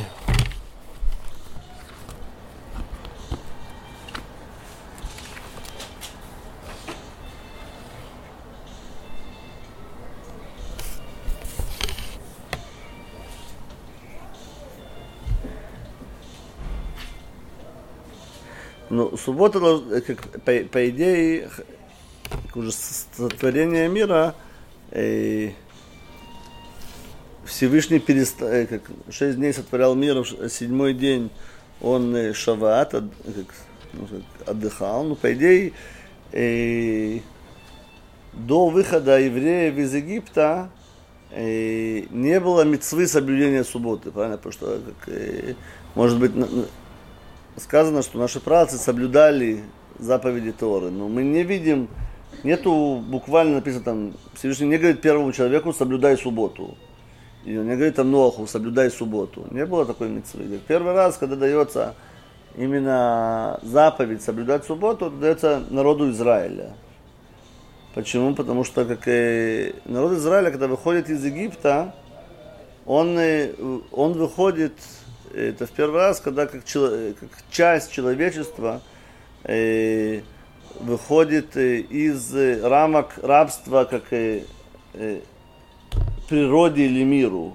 Ну, суббота, как, по, по идее, как уже сотворение мира, э, Всевышний переста, э, как шесть дней сотворял мир, седьмой день он э, шават, от, как, ну, как, отдыхал. Ну, по идее, э, до выхода евреев из Египта э, не было мицвы соблюдения субботы, правильно? Потому что, как, э, может быть, сказано, что наши праотцы соблюдали заповеди Торы, но мы не видим, нету буквально написано там, Всевышний не говорит первому человеку соблюдай субботу, и он не говорит там Ноаху соблюдай субботу, не было такой мицвы. Первый раз, когда дается именно заповедь соблюдать субботу, это дается народу Израиля. Почему? Потому что как и народ Израиля, когда выходит из Египта, он, он выходит. Это в первый раз, когда как, чело, как часть человечества э, выходит э, из э, рамок рабства как э, э, природе или миру.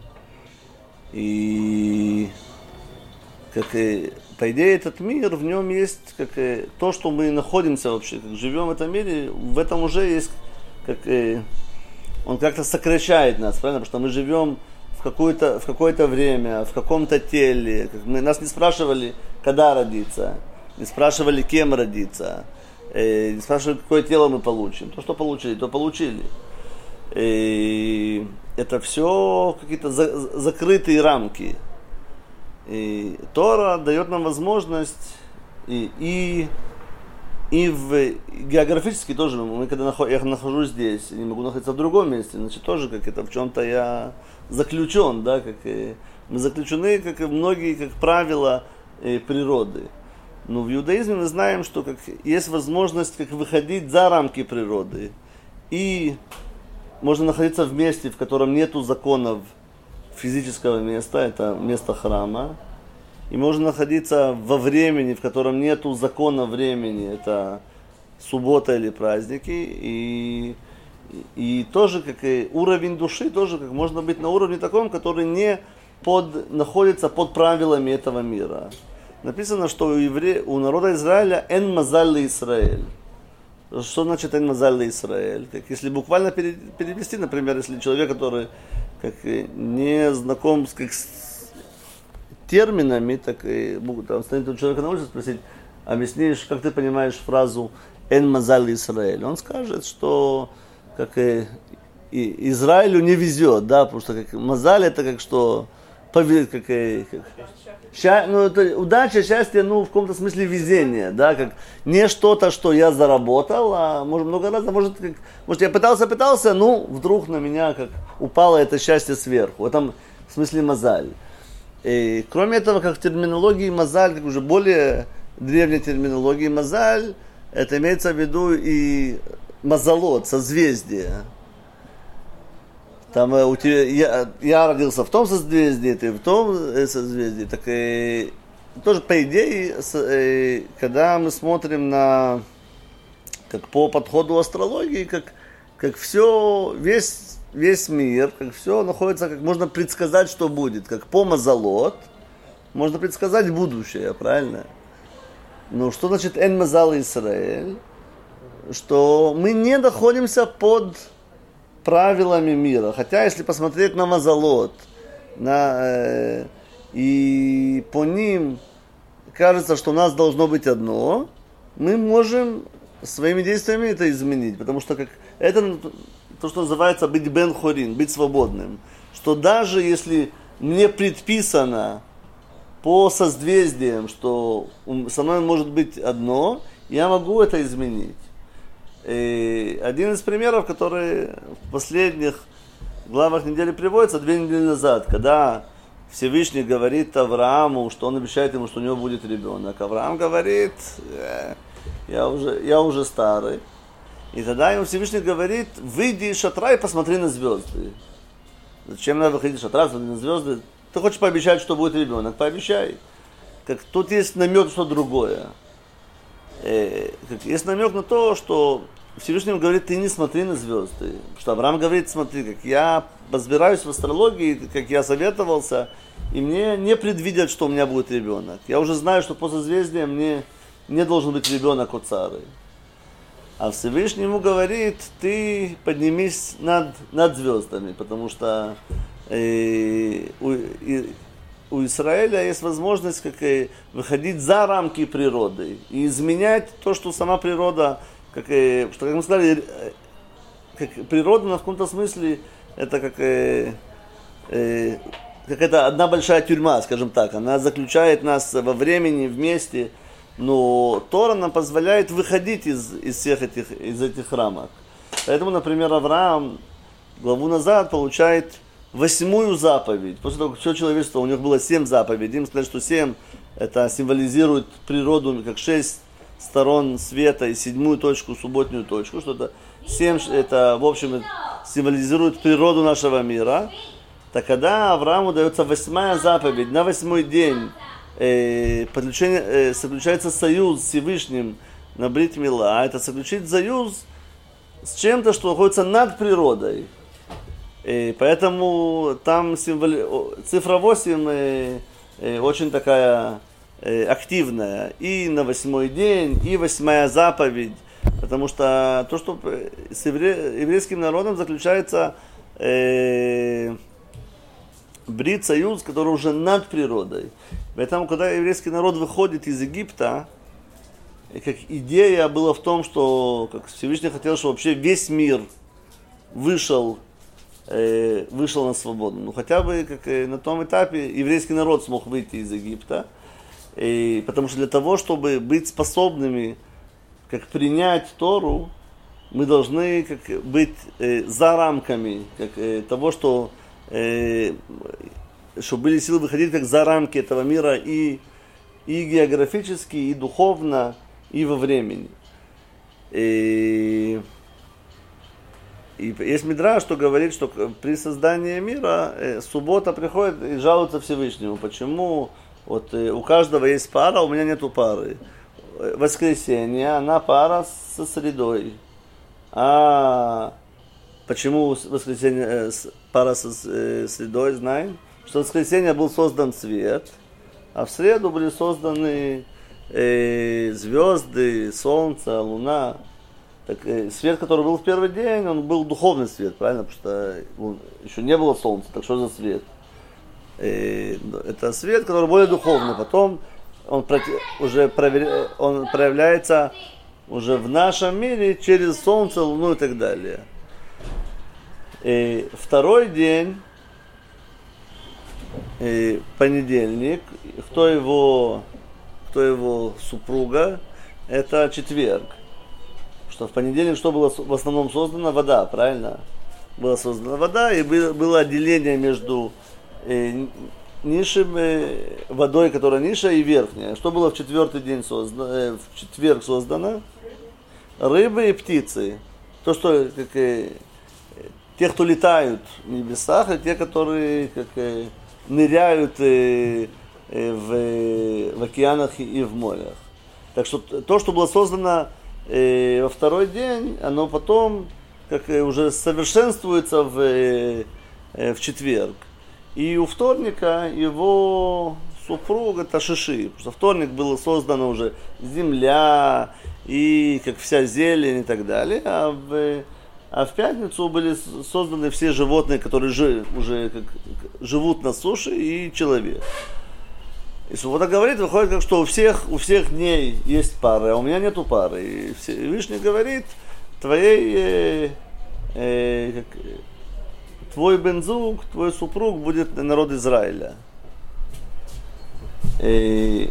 И как, э, по идее этот мир, в нем есть как, э, то, что мы находимся вообще, как живем в этом мире, в этом уже есть, как, э, он как-то сокращает нас, правильно? Потому что мы живем в какое-то, в какое-то время, в каком-то теле. Мы, нас не спрашивали, когда родиться, не спрашивали, кем родиться, э, не спрашивали, какое тело мы получим. То, что получили, то получили. И это все какие-то за, закрытые рамки. И Тора дает нам возможность и, и, и в, географически тоже, мы, когда нахожу, я нахожусь здесь, не могу находиться в другом месте, значит тоже как это в чем-то я заключен, да, как и, мы заключены, как и многие, как правила э, природы. Но в иудаизме мы знаем, что как, есть возможность как выходить за рамки природы. И можно находиться в месте, в котором нету законов физического места, это место храма. И можно находиться во времени, в котором нету закона времени, это суббота или праздники. И И, и тоже как и уровень души, тоже как можно быть на уровне таком, который не под, находится под правилами этого мира. Написано, что у, евре... у народа Израиля «эн мазаль Исраэль». Что значит «эн мазаль Исраэль»? Как если буквально перевести, например, если человек, который как, не знаком с, как, с терминами, так и там, станет у человека на улице спросить, объяснишь, как ты понимаешь фразу «эн мазаль Исраэль». Он скажет, что как, и, и Израилю не везет, да, потому что как, мазаль это как что... Как, как, Ща, ну, это удача, счастье, ну, в каком-то смысле везение, да, как не что-то, что я заработал, а может много раз, а может, как, может я пытался, пытался, ну, вдруг на меня как упало это счастье сверху, в этом смысле мазаль. И, кроме этого, как в терминологии мазаль, как уже более древней терминологии мазаль, это имеется в виду и мазалот, созвездие. Там у тебя, я, я родился в том созвездии, ты в том созвездии. Так и тоже по идее, с, когда мы смотрим на, как по подходу астрологии, как, как все, весь, весь мир, как все находится, как можно предсказать, что будет. Как по мазалот, можно предсказать будущее, правильно? Ну, что значит «эн мазал Исраэль»? Что мы не находимся под правилами мира. Хотя, если посмотреть на мазалот, на, э, и по ним кажется, что у нас должно быть одно, мы можем своими действиями это изменить. Потому что как, это то, что называется быть бен хорин, быть свободным. Что даже если мне предписано по созвездиям, что со мной может быть одно, я могу это изменить. И один из примеров, который в последних главах недели приводится, две недели назад, когда Всевышний говорит Аврааму, что он обещает ему, что у него будет ребенок. Авраам говорит, э, я, уже, я уже старый. И тогда ему Всевышний говорит, выйди из шатра и посмотри на звезды. Зачем надо выходить из шатра, смотри на звезды? Ты хочешь пообещать, что будет ребенок? Пообещай. Как, тут есть намек, что другое. Э, как, есть намек на то, что Всевышний говорит, ты не смотри на звезды. Потому что Авраам говорит, смотри, как я разбираюсь в астрологии, как я советовался, и мне не предвидят, что у меня будет ребенок. Я уже знаю, что по созвездиям мне не должен быть ребенок от Сары. А Всевышний ему говорит, ты поднимись над, над звездами, потому что э, у, и, у Израиля есть возможность как, э, выходить за рамки природы и изменять то, что сама природа, как, э, что, как мы сказали, э, как природа, но в каком-то смысле это как, э, э, как это одна большая тюрьма, скажем так, она заключает нас во времени, вместе. Но Тора нам позволяет выходить из, из всех этих, из этих рамок. Поэтому, например, Авраам главу назад получает восьмую заповедь. После того, как все человечество, у него было семь заповедей. Им сказали, что семь это символизирует природу, как шесть сторон света, и седьмую точку, субботнюю точку. Что это семь, это, в общем, символизирует природу нашего мира. Так когда Аврааму дается восьмая заповедь на восьмой день, Э, э, заключается союз с Всевышним на Брит Мила, это заключить союз с чем-то, что находится над природой. Э, поэтому там символи... цифра восемь э, э, очень такая э, активная. И на восьмой день, и восьмая заповедь. Потому что то, что с евре... еврейским народом заключается э, Брит, союз, который уже над природой. Поэтому, когда еврейский народ выходит из Египта, как идея была в том, что как Всевышний хотел, чтобы вообще весь мир вышел, э, вышел на свободу. Ну, хотя бы как, э, на том этапе еврейский народ смог выйти из Египта. И, потому что для того, чтобы быть способными как, принять Тору, мы должны как, быть э, за рамками как, э, того, что э, чтобы были силы выходить как за рамки этого мира и, и географически, и духовно, и во времени. И, и есть мидраш, что говорит, что при создании мира э, суббота приходит и жалуется Всевышнему. Почему? Вот э, у каждого есть пара, у меня нету пары. Воскресенье, она пара со средой. А почему воскресенье пара со средой, знаем, что в воскресенье был создан свет, а в среду были созданы э, звезды, солнце, луна. Так, э, свет, который был в первый день, он был духовный свет, правильно? Потому что он, еще не было солнца, так что за свет? Э, это свет, который более духовный. Потом он, уже провер... он проявляется уже в нашем мире через солнце, луну и так далее. И второй день, и понедельник, кто его, кто его супруга, это четверг. Что в понедельник что было в основном создано? Вода, правильно? Была создана вода, и было отделение между э, низшим, э, водой, которая ниша, и верхняя. Что было в четвертый день создано, э, в четверг создано? Рыбы и птицы. То, что как, э, те, кто летают в небесах, и те, которые как, э, ныряют э, э, в, в океанах и в морях. Так что то, что было создано э, во второй день, оно потом как, э, уже совершенствуется в, э, в четверг. И у вторника его супруг это Шиши, потому что вторник было создано уже земля и как вся зелень и так далее, а в А в пятницу были созданы все животные, которые жи, уже как, живут на суше, и человек. И Суббота говорит, выходит, как, что у всех, у всех дней есть пары, а у меня нету пары. И Всевышний говорит, твоей, э, э, как, твой бензук, твой супруг будет народ Израиля. И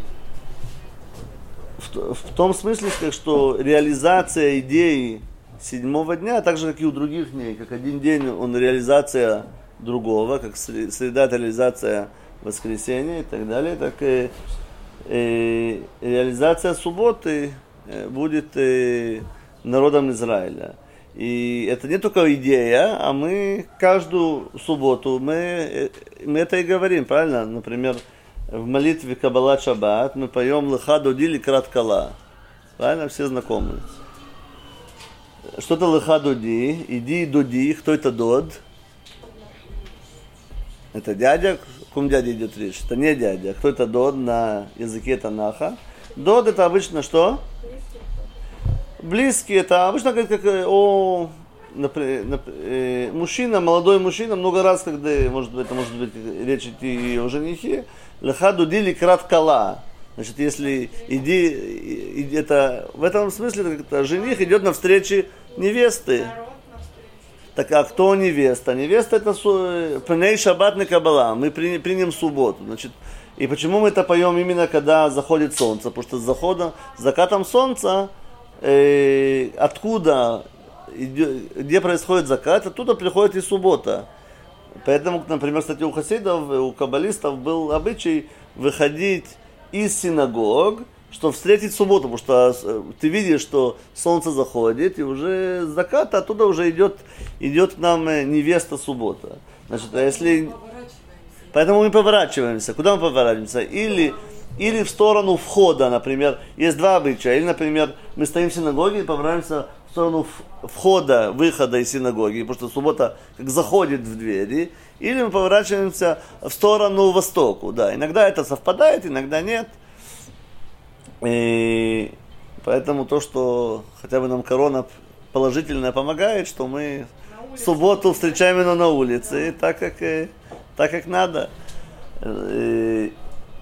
в, в том смысле, что реализация идеи седьмого дня, так же, как и у других дней, как один день он реализация другого, как среда реализация воскресенья и так далее, так и, и реализация субботы будет и народом Израиля. И это не только идея, а мы каждую субботу, мы, мы это и говорим, правильно? Например, в молитве Каббалат Шаббат мы поем «Леха доди ликрат кала». Правильно? Все знакомы. Что-то леха доди, иди доди, кто это дод? Это дядя, о ком дядя идет речь? Это не дядя, кто это дод на языке Танаха? Дод это обычно что? Близкий, это обычно как, как о, например, например, мужчина, молодой мужчина, много раз, когда, может быть, это может быть речь идти о женихе, леха доди ликрат кала. Значит, если иди, иди это, в этом смысле это, жених идет навстречу невесты. Так а кто невеста? Невеста это пней шаббат не каббала. Мы примем субботу. Значит, и почему мы это поем именно когда заходит солнце? Потому что с заходом, с закатом солнца, э, откуда, где происходит закат, оттуда приходит и суббота. Поэтому, например, кстати, у хасидов, у каббалистов был обычай выходить из синагог, чтобы встретить субботу, потому что ты видишь, что солнце заходит, и уже с заката оттуда уже идет, идет к нам невеста суббота. Значит, а если... Поэтому мы поворачиваемся. Куда мы поворачиваемся? Или, или в сторону входа, например. Есть два обычая. Или, например, мы стоим в синагоге и поворачиваемся в сторону входа, выхода из синагоги, потому что суббота как заходит в двери. Или мы поворачиваемся в сторону востоку. Да, иногда это совпадает, иногда нет. И поэтому то, что хотя бы нам корона положительная помогает, что мы субботу встречаем именно на улице, так как, так как надо. И,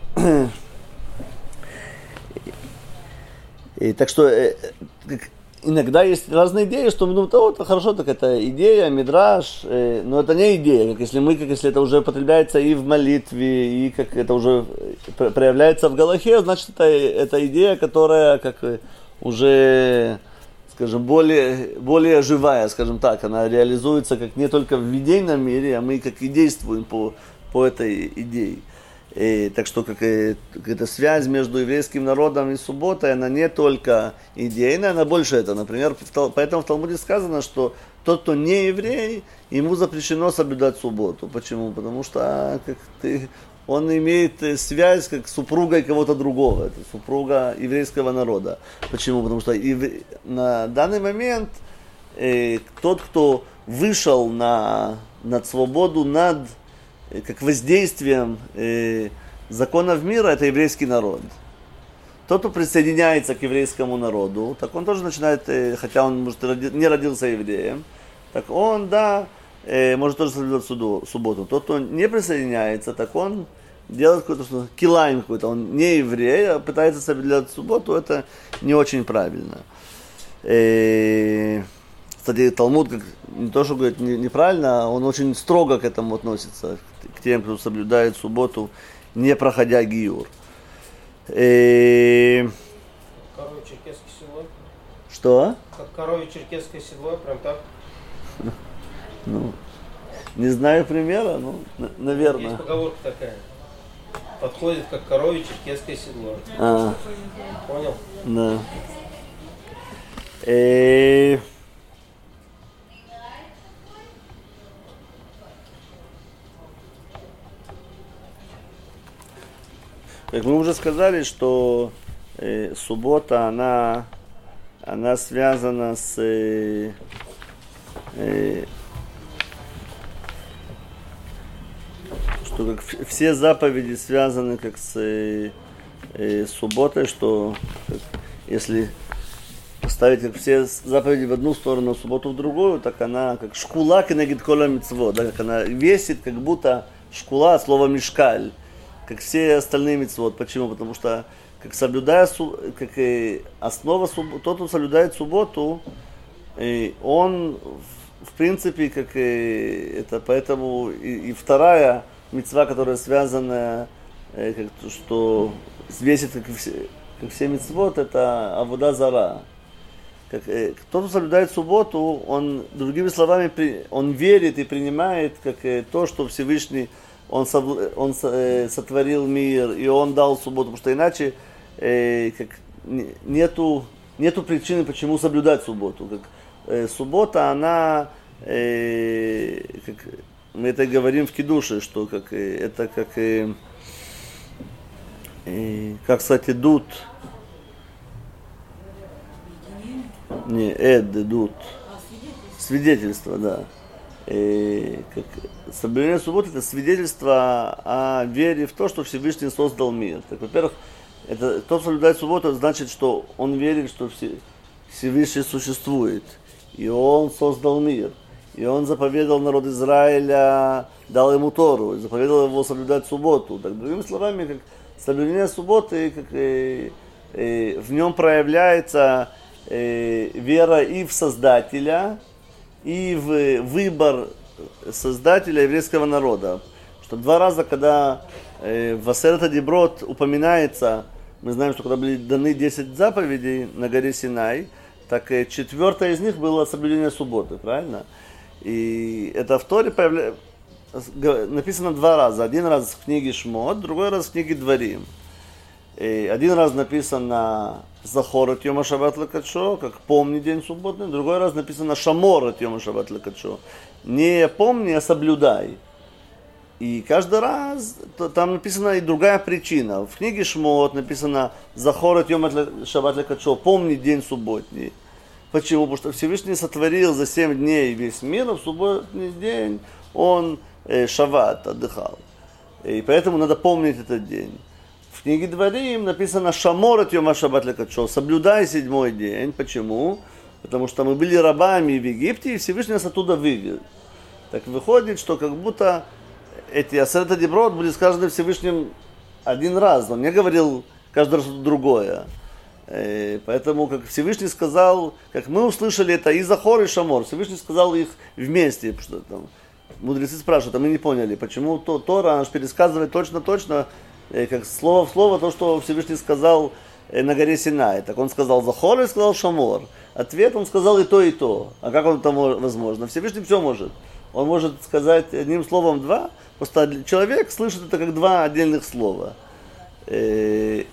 и так что иногда есть разные идеи, что мы думаем, о, это хорошо, так это идея, мидраш, э, но это не идея, как если мы, как если это уже употребляется и в молитве, и как это уже проявляется в галахе, значит это, это идея, которая как уже, скажем, более, более живая, скажем так, она реализуется как не только в идейном мире, а мы как и действуем по, по этой идее. И, так что как, как эта связь между еврейским народом и субботой, она не только идейная, она больше это. Например, в, поэтому в Талмуде сказано, что тот, кто не еврей, ему запрещено соблюдать субботу. Почему? Потому что как ты, он имеет связь как с супругой кого-то другого, это супруга еврейского народа. Почему? Потому что ев... на данный момент э, тот, кто вышел на, над свободу, над как воздействием э, законов мира, это еврейский народ. Тот, кто присоединяется к еврейскому народу, так он тоже начинает, э, хотя он, может, не родился евреем, так он, да, э, может тоже соблюдать субботу. Тот, кто не присоединяется, так он делает какой-то, что килайм какой-то, он не еврей, а пытается соблюдать субботу, это не очень правильно. Э, кстати, Талмуд, как, не то, что говорит не, неправильно, он очень строго к этому относится, к тем, кто соблюдает субботу, не проходя гиюр. Э, Коровье черкесское седло. Что? Как коровье черкесское седло, прям так. Ну, не знаю примера, ну, наверное. Есть поговорка такая. Подходит как коровье черкесское седло. А, Понял? да. Э, Как мы уже сказали, что э, суббота, она, она связана с э, э, что как все заповеди связаны как с э, э, субботой, что как, если поставить как все заповеди в одну сторону, субботу в другую, так она как шкула кенегид кола мицвот, да, как она весит, как будто шкула, слово мишкаль, как все остальные мицвот. Почему? Потому что как соблюдая, как и основа, тот, кто соблюдает субботу, он в принципе, как и это, поэтому и, и вторая мицва, которая связана, как, что весит как все, как все мицвот, это авода зара. Как, э, кто соблюдает субботу, он, другими словами, при, он верит и принимает как э, то, что Всевышний он, соб, он э, сотворил мир, и он дал субботу, потому что иначе э, как, нету, нету причины, почему соблюдать субботу. Как, э, суббота, она, э, как, мы это говорим в Кидуше, что как, э, это как, э, э, как, кстати, дуд. Не, эд, идут. Свидетельство, да. И, как, соблюдение субботы – это свидетельство о вере в то, что Всевышний создал мир. Так, во-первых, это, кто соблюдает субботу, это значит, что он верит, что Всевышний существует. И он создал мир. И он заповедал народ Израиля, дал ему Тору, и заповедал его соблюдать субботу. Так, другими словами, как соблюдение субботы, как, и, и, в нем проявляется вера и в Создателя, и в выбор Создателя еврейского народа. Что два раза, когда э, в Асерет ха-Диброт упоминается, мы знаем, что когда были даны десять заповедей на горе Синай, так э, четвертая из них было соблюдение субботы, правильно? И это в Торе появля... написано два раза. Один раз в книге Шмот, другой раз в книге Дворим. И один раз написано Захор от Йома Шаббат лекадшо, как помни день субботный. Другой раз написано Шамор от Йома Шаббат лекадшо. Не помни, а соблюдай. И каждый раз то, там написана и другая причина. В книге Шмот написано Захор от Йома Шаббат лекадшо, помни день субботний. Почему? Потому что Всевышний сотворил за семь дней весь мир, а в субботний день он э, шават, отдыхал. И поэтому надо помнить этот день. В книге Дворим написано «Шамор от Йома Шаббат лекадшо», соблюдай седьмой день. Почему? Потому что мы были рабами в Египте, и Всевышний нас оттуда вывел. Так выходит, что как будто эти Асерет ха-Диброт были сказаны Всевышним один раз. Он не говорил каждый раз другое. И поэтому, как Всевышний сказал, как мы услышали это и Захор, и Шамор, Всевышний сказал их вместе. Потому что там мудрецы спрашивают, а мы не поняли, почему то, Тора аж пересказывает точно-точно, как слово в слово то, что Всевышний сказал на горе Синай. Так он сказал Захор и сказал Шамор. Ответ он сказал и то, и то. А как он там возможно? Всевышний все может. Он может сказать одним словом два, просто человек слышит это как два отдельных слова. И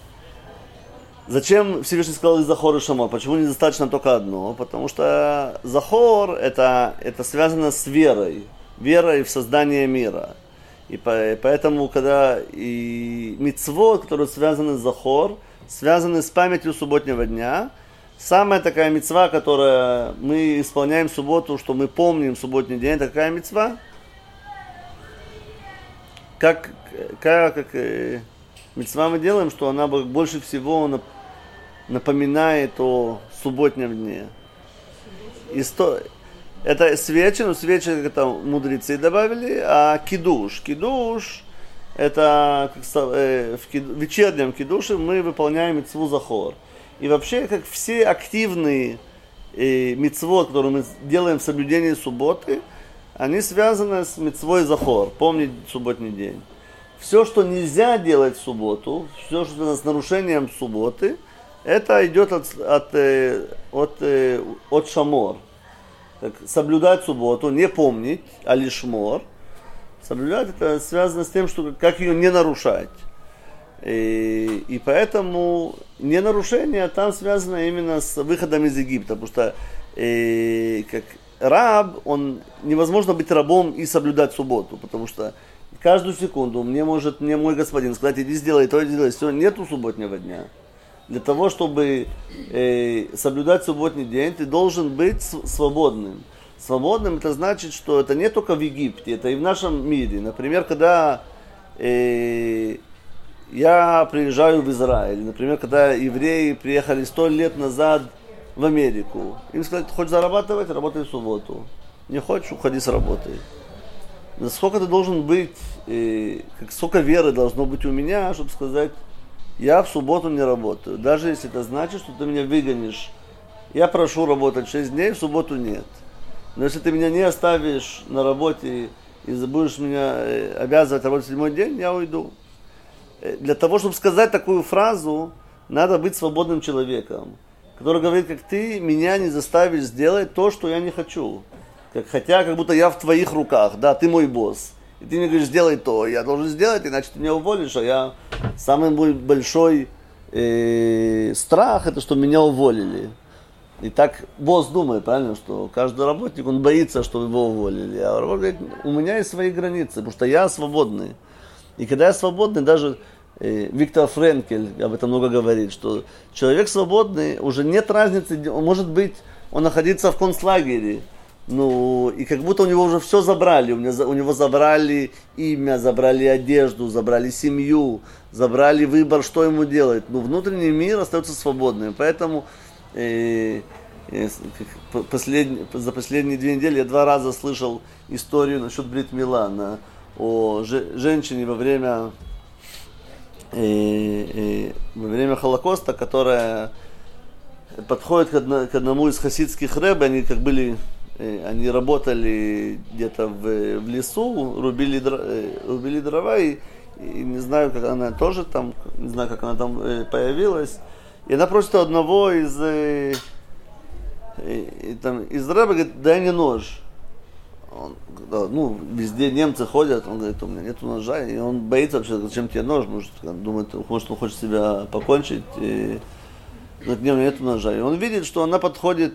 зачем Всевышний сказал и Захор, и Шамор? Почему недостаточно только одно? Потому что Захор это, это связано с верой. Верой в создание мира. И поэтому, когда и мицвот, которые связаны с Захор, связаны с памятью субботнего дня, самая такая мицва, которая мы исполняем в субботу, что мы помним субботний день, это какая мицва? Как, как, как э, мицва мы делаем, что она больше всего напоминает о субботнем дне. И сто... Это свечи, но свечи это мудрецы добавили, а кидуш. Кидуш это как, э, в, кид... в вечернем кидуше мы выполняем мицву захор. И вообще, как все активные э, мицвот, которые мы делаем в соблюдении субботы, они связаны с мицвой захор, помнить субботний день. Все, что нельзя делать в субботу, все, что связано с нарушением субботы, это идет от, от, от, от, от шамор. Так, соблюдать субботу, не помнить, а лишь мор. Соблюдать это связано с тем, что как ее не нарушать. И, и поэтому ненарушение там связано именно с выходом из Египта, потому что и, как раб, он невозможно быть рабом и соблюдать субботу, потому что каждую секунду мне может мне мой господин сказать: иди сделай то, иди сделай все, нету субботнего дня. Для того, чтобы э, соблюдать субботний день, ты должен быть свободным. Свободным это значит, что это не только в Египте, это и в нашем мире. Например, когда э, я приезжаю в Израиль, например, когда евреи приехали сто лет назад в Америку, им сказали: ты хочешь зарабатывать, работай в субботу. Не хочешь, уходи с работы. Насколько ты должен быть, э, как, сколько веры должно быть у меня, чтобы сказать: я в субботу не работаю. Даже если это значит, что ты меня выгонишь. Я прошу работать шесть дней, в субботу нет. Но если ты меня не оставишь на работе и будешь меня обязывать работать в седьмой день, я уйду. Для того, чтобы сказать такую фразу, надо быть свободным человеком, который говорит: как ты меня не заставишь сделать то, что я не хочу. Как, хотя как будто я в твоих руках, да, ты мой босс. И ты мне говоришь: сделай то, я должен сделать, иначе ты меня уволишь, а я... Самый мой большой э, страх, это что меня уволили. И так босс думает, правильно, что каждый работник, он боится, что его уволили. А работник говорит: у меня есть свои границы, потому что я свободный. И когда я свободный, даже э, Виктор Френкель об этом много говорит, что человек свободный, уже нет разницы, он может быть, он находится в концлагере, ну, и как будто у него уже все забрали. У, меня, у него забрали имя, забрали одежду, забрали семью, забрали выбор, что ему делать. Но внутренний мир остается свободным. Поэтому э, э, послед, за последние две недели я два раза слышал историю насчет Брит Мила, на, о же, женщине во время, э, э, во время Холокоста, которая подходит к, одно, к одному из хасидских рэбб, они как были... Они работали где-то в, в лесу, рубили, рубили дрова, и, и не знаю, как она тоже там, не знаю, как она там появилась. И она просит одного из, и, и, там, из рэба, говорит: дай мне нож. Он, ну, везде немцы ходят, он говорит: у меня нету ножа, и он боится вообще: зачем тебе нож, может, думает, может, он хочет себя покончить. И, говорит: нет, у меня нету ножа. И он видит, что она подходит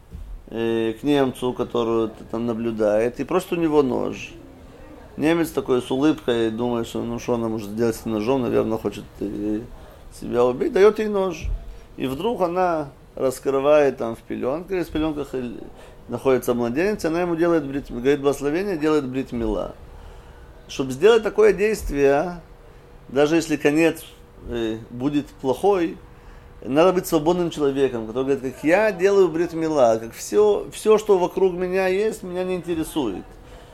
к немцу, которую там наблюдает, и просто у него нож. Немец такой с улыбкой думает, что ну что она может сделать с ножом, наверное, хочет себя убить, дает ей нож. И вдруг она раскрывает там в пеленках, в пеленках находится младенец, и она ему делает брит, говорит благословение, делает брит мила. Чтобы сделать такое действие, даже если конец будет плохой, надо быть свободным человеком, который говорит: как я делаю брит мила, как все, все, что вокруг меня есть, меня не интересует.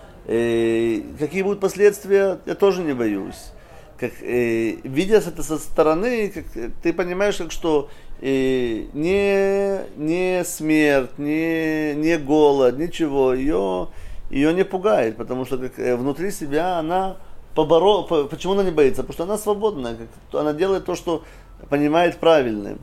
И какие будут последствия, я тоже не боюсь. Как, э, видя это со стороны, как, ты понимаешь, как, что э, не, не смерть, не, не голод, ничего, ее, ее не пугает, потому что как, э, внутри себя она поборо... Почему она не боится? Потому что она свободная, как, она делает то, что понимает правильным.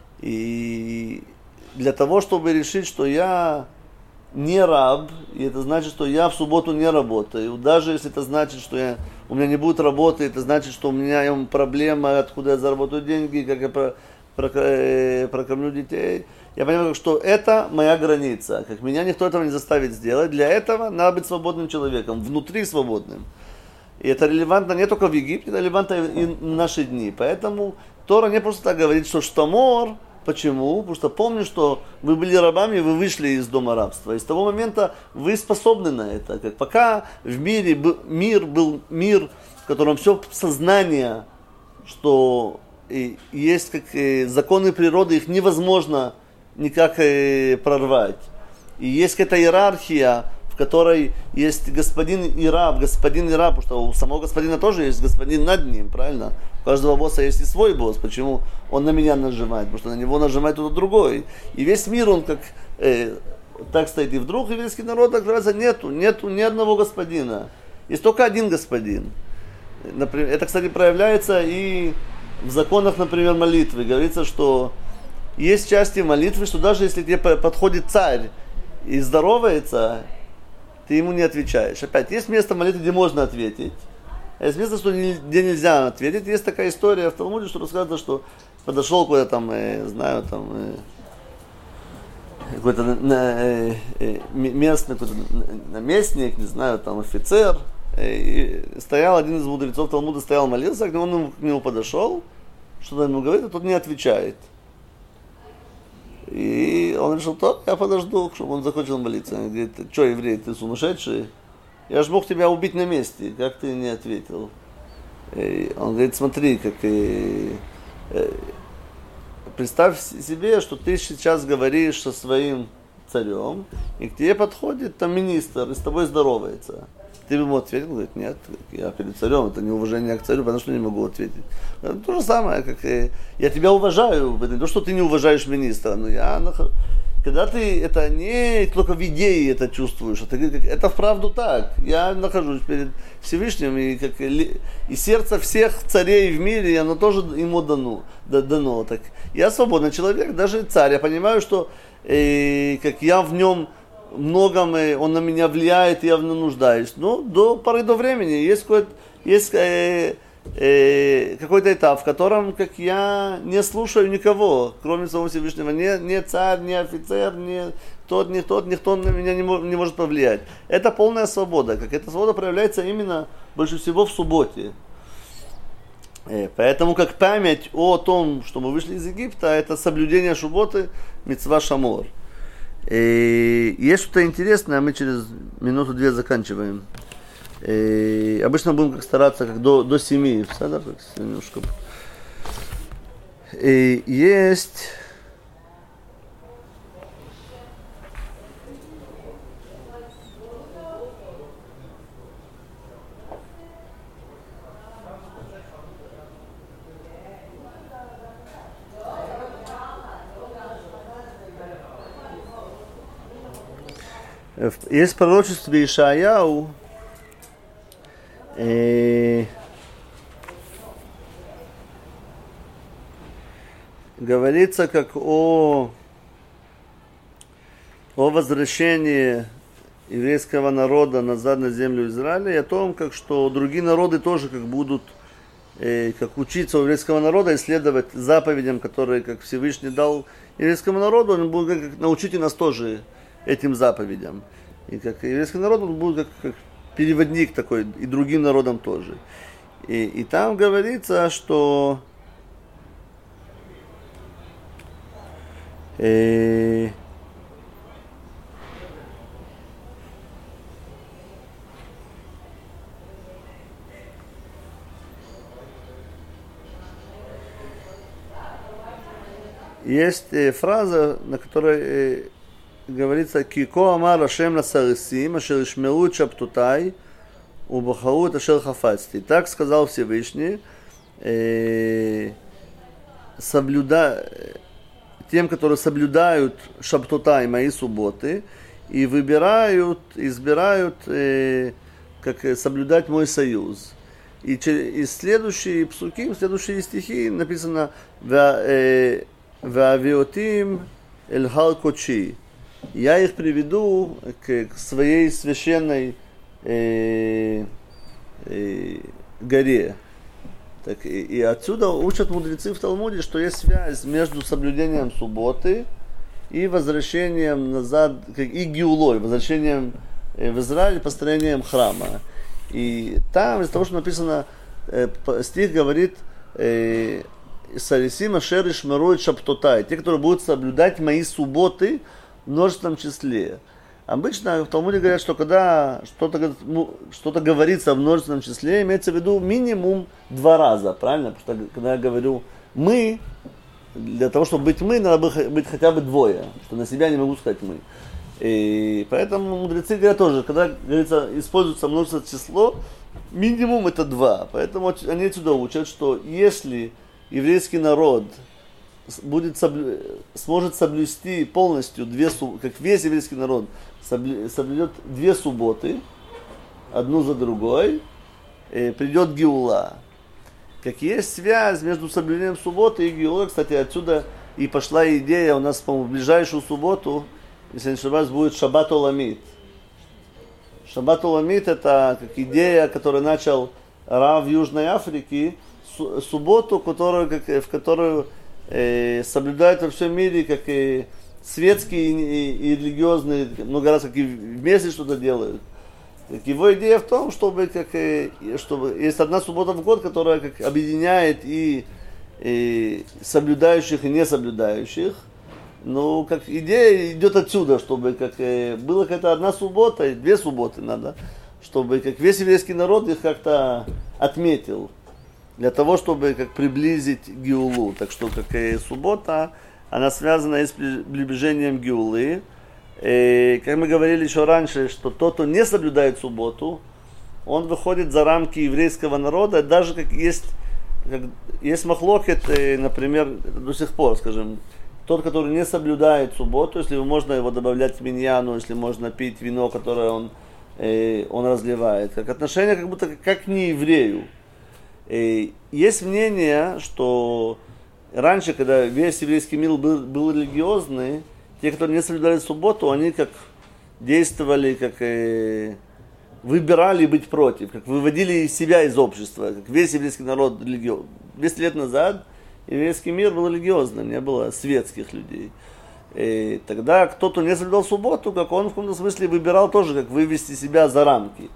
И для того, чтобы решить, что я не раб, и это значит, что я в субботу не работаю, даже если это значит, что я, у меня не будет работы, это значит, что у меня проблема, откуда я заработаю деньги, как я про, про, э, прокормлю детей, я понимаю, что это моя граница, как меня никто этого не заставит сделать. Для этого надо быть свободным человеком, внутри свободным. И это релевантно не только в Египте, это релевантно и в наши дни. Поэтому Тора не просто так говорит, что штамор, Почему? Потому что помню, что вы были рабами, вы вышли из дома рабства. И с того момента вы способны на это. Как пока в мире был, мир был мир, в котором все сознание, что и есть как и законы природы, их невозможно никак и прорвать. И есть какая-то иерархия, в которой есть господин и раб, господин и раб, потому что у самого господина тоже есть господин над ним, правильно? У каждого босса есть и свой босс. Почему он на меня нажимает? Потому что на него нажимает кто-то другой. И весь мир, он как э, так стоит. И вдруг еврейский народ, так говорится, нету, нету ни одного господина. Есть только один господин. Например, это, кстати, проявляется и в законах, например, молитвы. Говорится, что есть части молитвы, что даже если тебе подходит царь и здоровается, ты ему не отвечаешь. Опять, есть место молитвы, где можно ответить. А есть место, где нельзя ответить. Есть такая история в Талмуде, что рассказывается, что подошел какой-то там, э, знаю, там, э, какой-то э, э, местный какой-то наместник, не знаю, там, офицер. И стоял один из мудрецов Талмуда, стоял, молился, он к нему подошел, что-то ему говорит, а тот не отвечает. И он решил, то я подожду, чтобы он закончил молиться. Он говорит, что, еврей, ты сумасшедший? Я ж мог тебя убить на месте, как ты не ответил? И он говорит, смотри, как и, э, представь себе, что ты сейчас говоришь со своим царем, и к тебе подходит там министр и с тобой здоровается. Ты бы ему ответил, говорит, нет, я перед царем, это неуважение к царю, потому что не могу ответить. Это то же самое, как и, я тебя уважаю, это не то, что ты не уважаешь министра, но я, когда ты это не только в идее это чувствуешь, это, это вправду так. Я нахожусь перед Всевышним, и, как, и сердце всех царей в мире, оно тоже ему дано. дано. Так, я свободный человек, даже царь, я понимаю, что э, как я в нем многом, он на меня влияет, я в нем нуждаюсь. Но до поры до времени есть какой-то, есть, э, э, какой-то этап, в котором как я не слушаю никого, кроме самого Всевышнего. Не, не царь, не офицер, не тот, не тот, никто на меня не, не может повлиять. Это полная свобода. Как эта свобода проявляется именно больше всего в субботе. Э, поэтому как память о том, что мы вышли из Египта, это соблюдение субботы, мицва шамор. И есть что-то интересное, мы через минуту-две заканчиваем. И обычно будем как стараться как до, до семи, да, как немножко. И есть Есть пророчество Ишаяу, э, говорится как о, о возвращении еврейского народа назад на землю Израиля, и о том, как что другие народы тоже как будут э, как учиться у еврейского народа, исследовать заповедям, которые как Всевышний дал еврейскому народу, он будет как, научите нас тоже этим заповедям. И как еврейский народ, он будет как, как переводник такой, и другим народам тоже. И, и там говорится, что э, есть э, фраза, на которой э, говорится, «Кико амар Ашем ласарисим, ашер ишмеру шаптутай, убахару ашер хафацти». Так сказал Всевышний, э, соблюда... тем, которые соблюдают шаптутай, мои субботы, и выбирают, избирают, э, как соблюдать мой союз. И, и следующие псуки, следующие стихи написано «Ваавиотим эль хар кодши». Я их приведу к, к своей священной э, э, горе. Так, и, и отсюда учат мудрецы в Талмуде, что есть связь между соблюдением субботы и возвращением назад, и геулой, возвращением в Израиль, построением храма. И там, из того, что написано, э, стих говорит, э, Сарисим Ашер Ишмарует Шаптотай, те, которые будут соблюдать мои субботы в множественном числе. Обычно в Талмуде говорят, что когда что-то, что-то говорится в множественном числе, имеется в виду минимум два раза, правильно? Потому что когда я говорю «мы», для того, чтобы быть «мы», надо быть хотя бы двое, что на себя не могу сказать «мы». И поэтому мудрецы говорят тоже, когда, говорится, используется множественное число, минимум это два. Поэтому они отсюда учат, что если еврейский народ будет соблю... сможет соблюсти полностью две субботы, как весь еврейский народ соблю... соблюдет две субботы, одну за другой, и придет Геула. Как есть связь между соблюдением субботы и Геулой, кстати, отсюда и пошла идея у нас, по-моему, в ближайшую субботу, если не ошибаюсь, будет Шаббат Оламит. Шаббат Оламит это как идея, которую начал Рав в Южной Африке, субботу, которую, как, в которую э, соблюдают во всем мире, как и светские и, и религиозные, много раз как и вместе что-то делают. Так его идея в том, чтобы, как, э, чтобы есть одна суббота в год, которая как, объединяет и, и соблюдающих, и несоблюдающих. Ну, как идея идет отсюда, чтобы как, э, была какая-то одна суббота, и две субботы надо, чтобы как весь еврейский народ их как-то отметил. Для того, чтобы как приблизить Геулу. Так что как и суббота, она связана с приближением Геулы. И, как мы говорили еще раньше, что тот, кто не соблюдает субботу, он выходит за рамки еврейского народа, даже как есть, как, есть махлокет, например, до сих пор, скажем, тот, который не соблюдает субботу, если можно его добавлять в миньяну, если можно пить вино, которое он, э, он разливает, как отношение как будто как к нееврею. И есть мнение, что раньше, когда весь еврейский мир был, был религиозный, те, которые не соблюдали субботу, они как действовали, как э, выбирали быть против, как выводили себя из общества, как весь еврейский народ религиозный. двести лет назад еврейский мир был религиозным, не было светских людей. И тогда кто-то не соблюдал субботу, как он в каком-то смысле выбирал тоже, как вывести себя за рамки.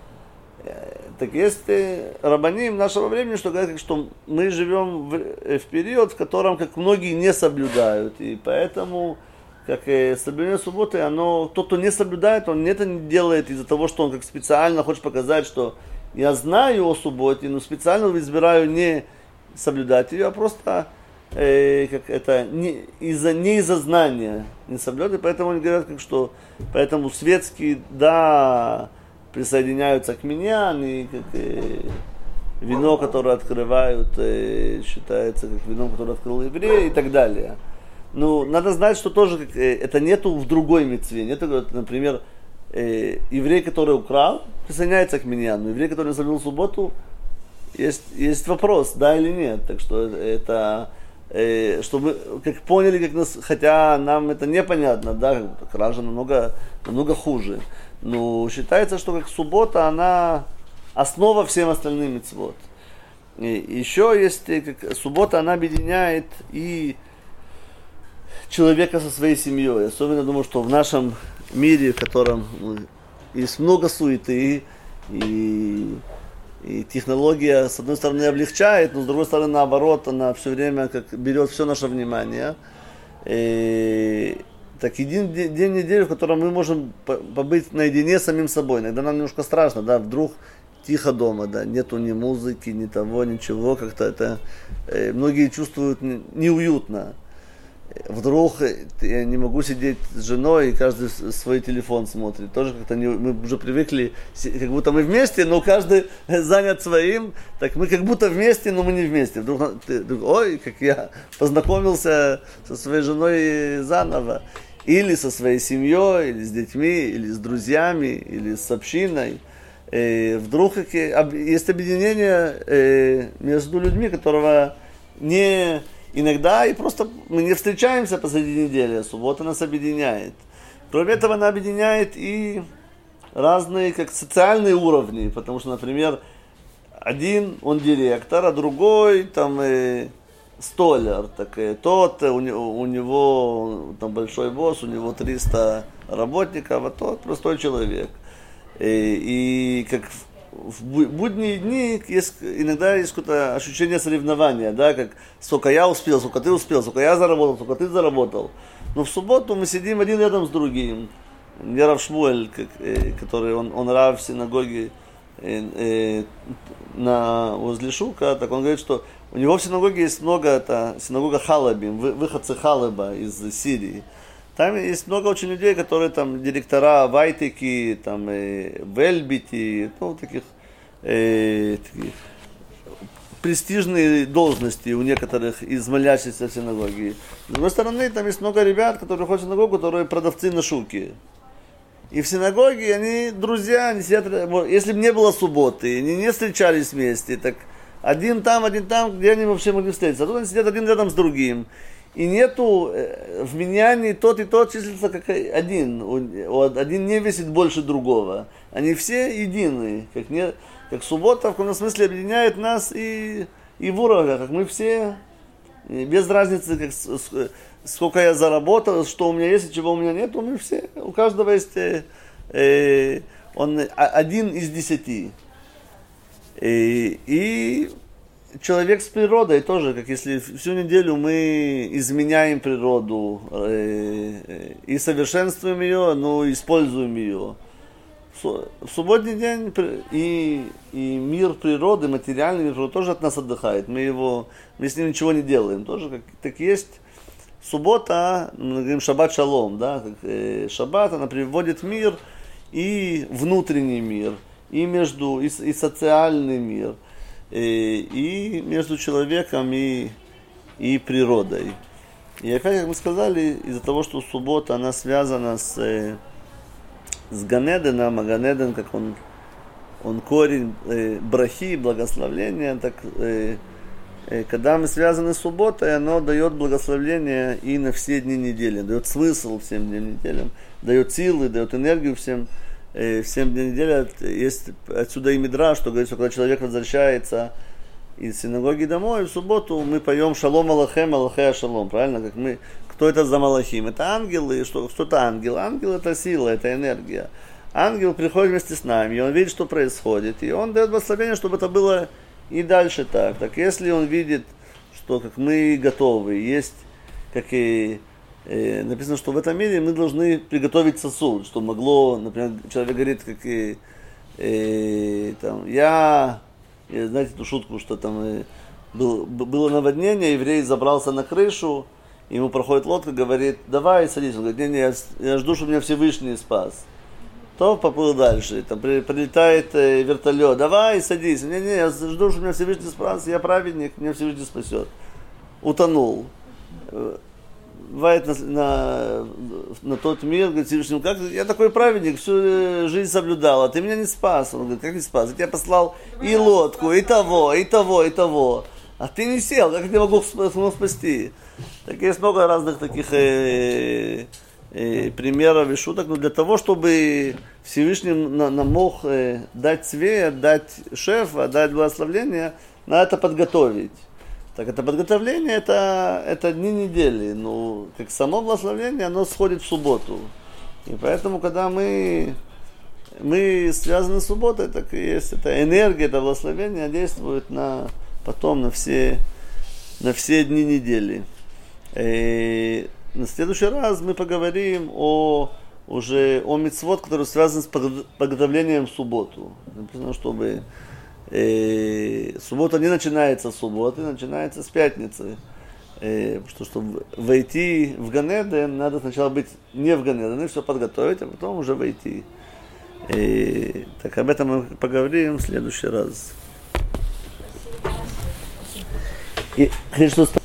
Так есть рабаним нашего времени, что говорят, что мы живем в, в период, в котором как многие не соблюдают. И поэтому как соблюдение субботы, оно, тот, кто не соблюдает, он это не делает из-за того, что он как специально хочет показать, что я знаю о субботе, но специально избираю не соблюдать ее, а просто э, как это, не из-за, не из-за знания не соблюдать. И поэтому они говорят, как, что поэтому светские, да, присоединяются к миньян, и как, э, вино, которое открывают, э, считается как вином, которое открыл еврей, и так далее. Ну, надо знать, что тоже как, э, это нету в другой мицве. Нету, например, э, еврей, который украл, присоединяется к миньяну. Еврей, который не соблюдал субботу, есть, есть вопрос, да или нет. Так что это, э, чтобы как поняли, как нас, хотя нам это непонятно, да, кража намного, намного хуже. Но считается, что как суббота, она основа всем остальным мицвот. И еще есть, как суббота, она объединяет и человека со своей семьей. Особенно думаю, что в нашем мире, в котором есть много суеты, и, и технология, с одной стороны, облегчает, но с другой стороны, наоборот, она все время как берет все наше внимание. И, так, един день недели, в котором мы можем побыть наедине с самим собой. Иногда нам немножко страшно, да, вдруг тихо дома, да, нету ни музыки, ни того, ничего, как-то это, э, многие чувствуют не, неуютно. Вдруг я не могу сидеть с женой, и каждый свой телефон смотрит. Тоже как-то не, мы уже привыкли, как будто мы вместе, но каждый занят своим. Так мы как будто вместе, но мы не вместе. Вдруг, вдруг ой, как я познакомился со своей женой заново. Или со своей семьей, или с детьми, или с друзьями, или с общиной. И вдруг есть объединение между людьми, которого не... Иногда и просто мы не встречаемся посреди недели, а суббота нас объединяет. Кроме этого, она объединяет и разные как социальные уровни, потому что, например, один он директор, а другой там э, столяр, так, э, тот, у, у него там большой босс, у него триста работников, а тот простой человек. И, и как в будние дни есть, иногда есть какое-то ощущение соревнования, да, как сколько я успел, сколько ты успел, сколько я заработал, сколько ты заработал. Но в субботу мы сидим один рядом с другим. Мне Рав Шмуэль, как, э, который он, он рав в синагоге э, э, на, возле Шука, так он говорит, что у него в синагоге есть много, это синагога Халабим, вы, выходцы Халаба из Сирии. Там есть много очень людей, которые там директора Вайтеки, там э, Вельбити, ну таких, э, таких престижные должности у некоторых из молящихся в синагоге. С другой стороны, там есть много ребят, которые ходят в синагогу, которые продавцы на Шуке. И в синагоге они друзья, они сидят, если бы не было субботы, они не встречались вместе, так один там, один там, где они вообще могли встретиться. А тут они сидят один рядом с другим. И нету в миньяне тот и тот числится как один. Один не весит больше другого. Они все едины. Как, не, как суббота в каком-то смысле объединяет нас и, и в уровнях. Как мы все, без разницы, как, сколько я заработал, что у меня есть и чего у меня нет, мы все. У каждого есть э, э, он один из десяти. И, и человек с природой тоже, как если всю неделю мы изменяем природу э, и совершенствуем ее, но используем ее. В субботний день и, и мир природы, материальный мир природы тоже от нас отдыхает. Мы, его, мы с ним ничего не делаем. Тоже как, так есть суббота, мы говорим шаббат шалом, да, как, э, шаббат, она приводит мир и внутренний мир, и между и, и социальный мир, и, и между человеком и, и природой. И опять, как мы сказали, из-за того, что суббота, она связана с, с Ганеденом, а Ганеден, как он, он корень э, брахи, благословления, так э, э, когда мы связаны с субботой, оно дает благословение и на все дни недели, дает смысл всем дням неделям, дает силы, дает энергию всем всем дням недели. Есть отсюда и мидраш, что говорит, что когда человек возвращается из синагоги домой, в субботу мы поем шалом алахем, алахея шалом, правильно? Как мы, кто это за малахим? Это ангелы, что, что это ангел? Ангел это сила, это энергия. Ангел приходит вместе с нами, и он видит, что происходит, и он дает благословение, чтобы это было и дальше так. Так если он видит, что как мы готовы, есть как и Э, написано, что в этом мире мы должны приготовить сосуд, что могло, например, человек говорит, как и, э, там, я, я, знаете эту шутку, что там э, был, было наводнение, еврей забрался на крышу, ему проходит лодка, говорит, давай садись, он говорит, не, не, я, я жду, чтобы меня Всевышний спас. То поплыл дальше, там при, прилетает э, вертолет, давай садись, не, не, я жду, чтобы меня Всевышний спас, я праведник, меня Всевышний спасет. Утонул. Бывает на, на, на тот мир, говорит Всевышний, как я такой праведник, всю жизнь соблюдал, а ты меня не спас. Он говорит, как не спас? Я тебя послал и лодку, и того, и того, и того. А ты не сел, как я могу спасти? Так есть много разных таких э, э, примеров и шуток, но для того, чтобы Всевышний нам мог э, дать свет, дать шефа, дать благословение, надо это подготовить. Так это подготовление, это, это дни недели, ну, как само благословение, оно сходит в субботу. И поэтому, когда мы, мы связаны с субботой, так и есть эта энергия, это благословение действует на, потом на все, на все дни недели. И на следующий раз мы поговорим о, уже о мицвот, который связан с подготовлением в субботу. Написано, чтобы... И суббота не начинается с субботы, начинается с пятницы. И, потому что, чтобы войти в Ганеден, надо сначала быть не в Ганеден, и все подготовить, а потом уже войти. И, так об этом мы поговорим в следующий раз. И,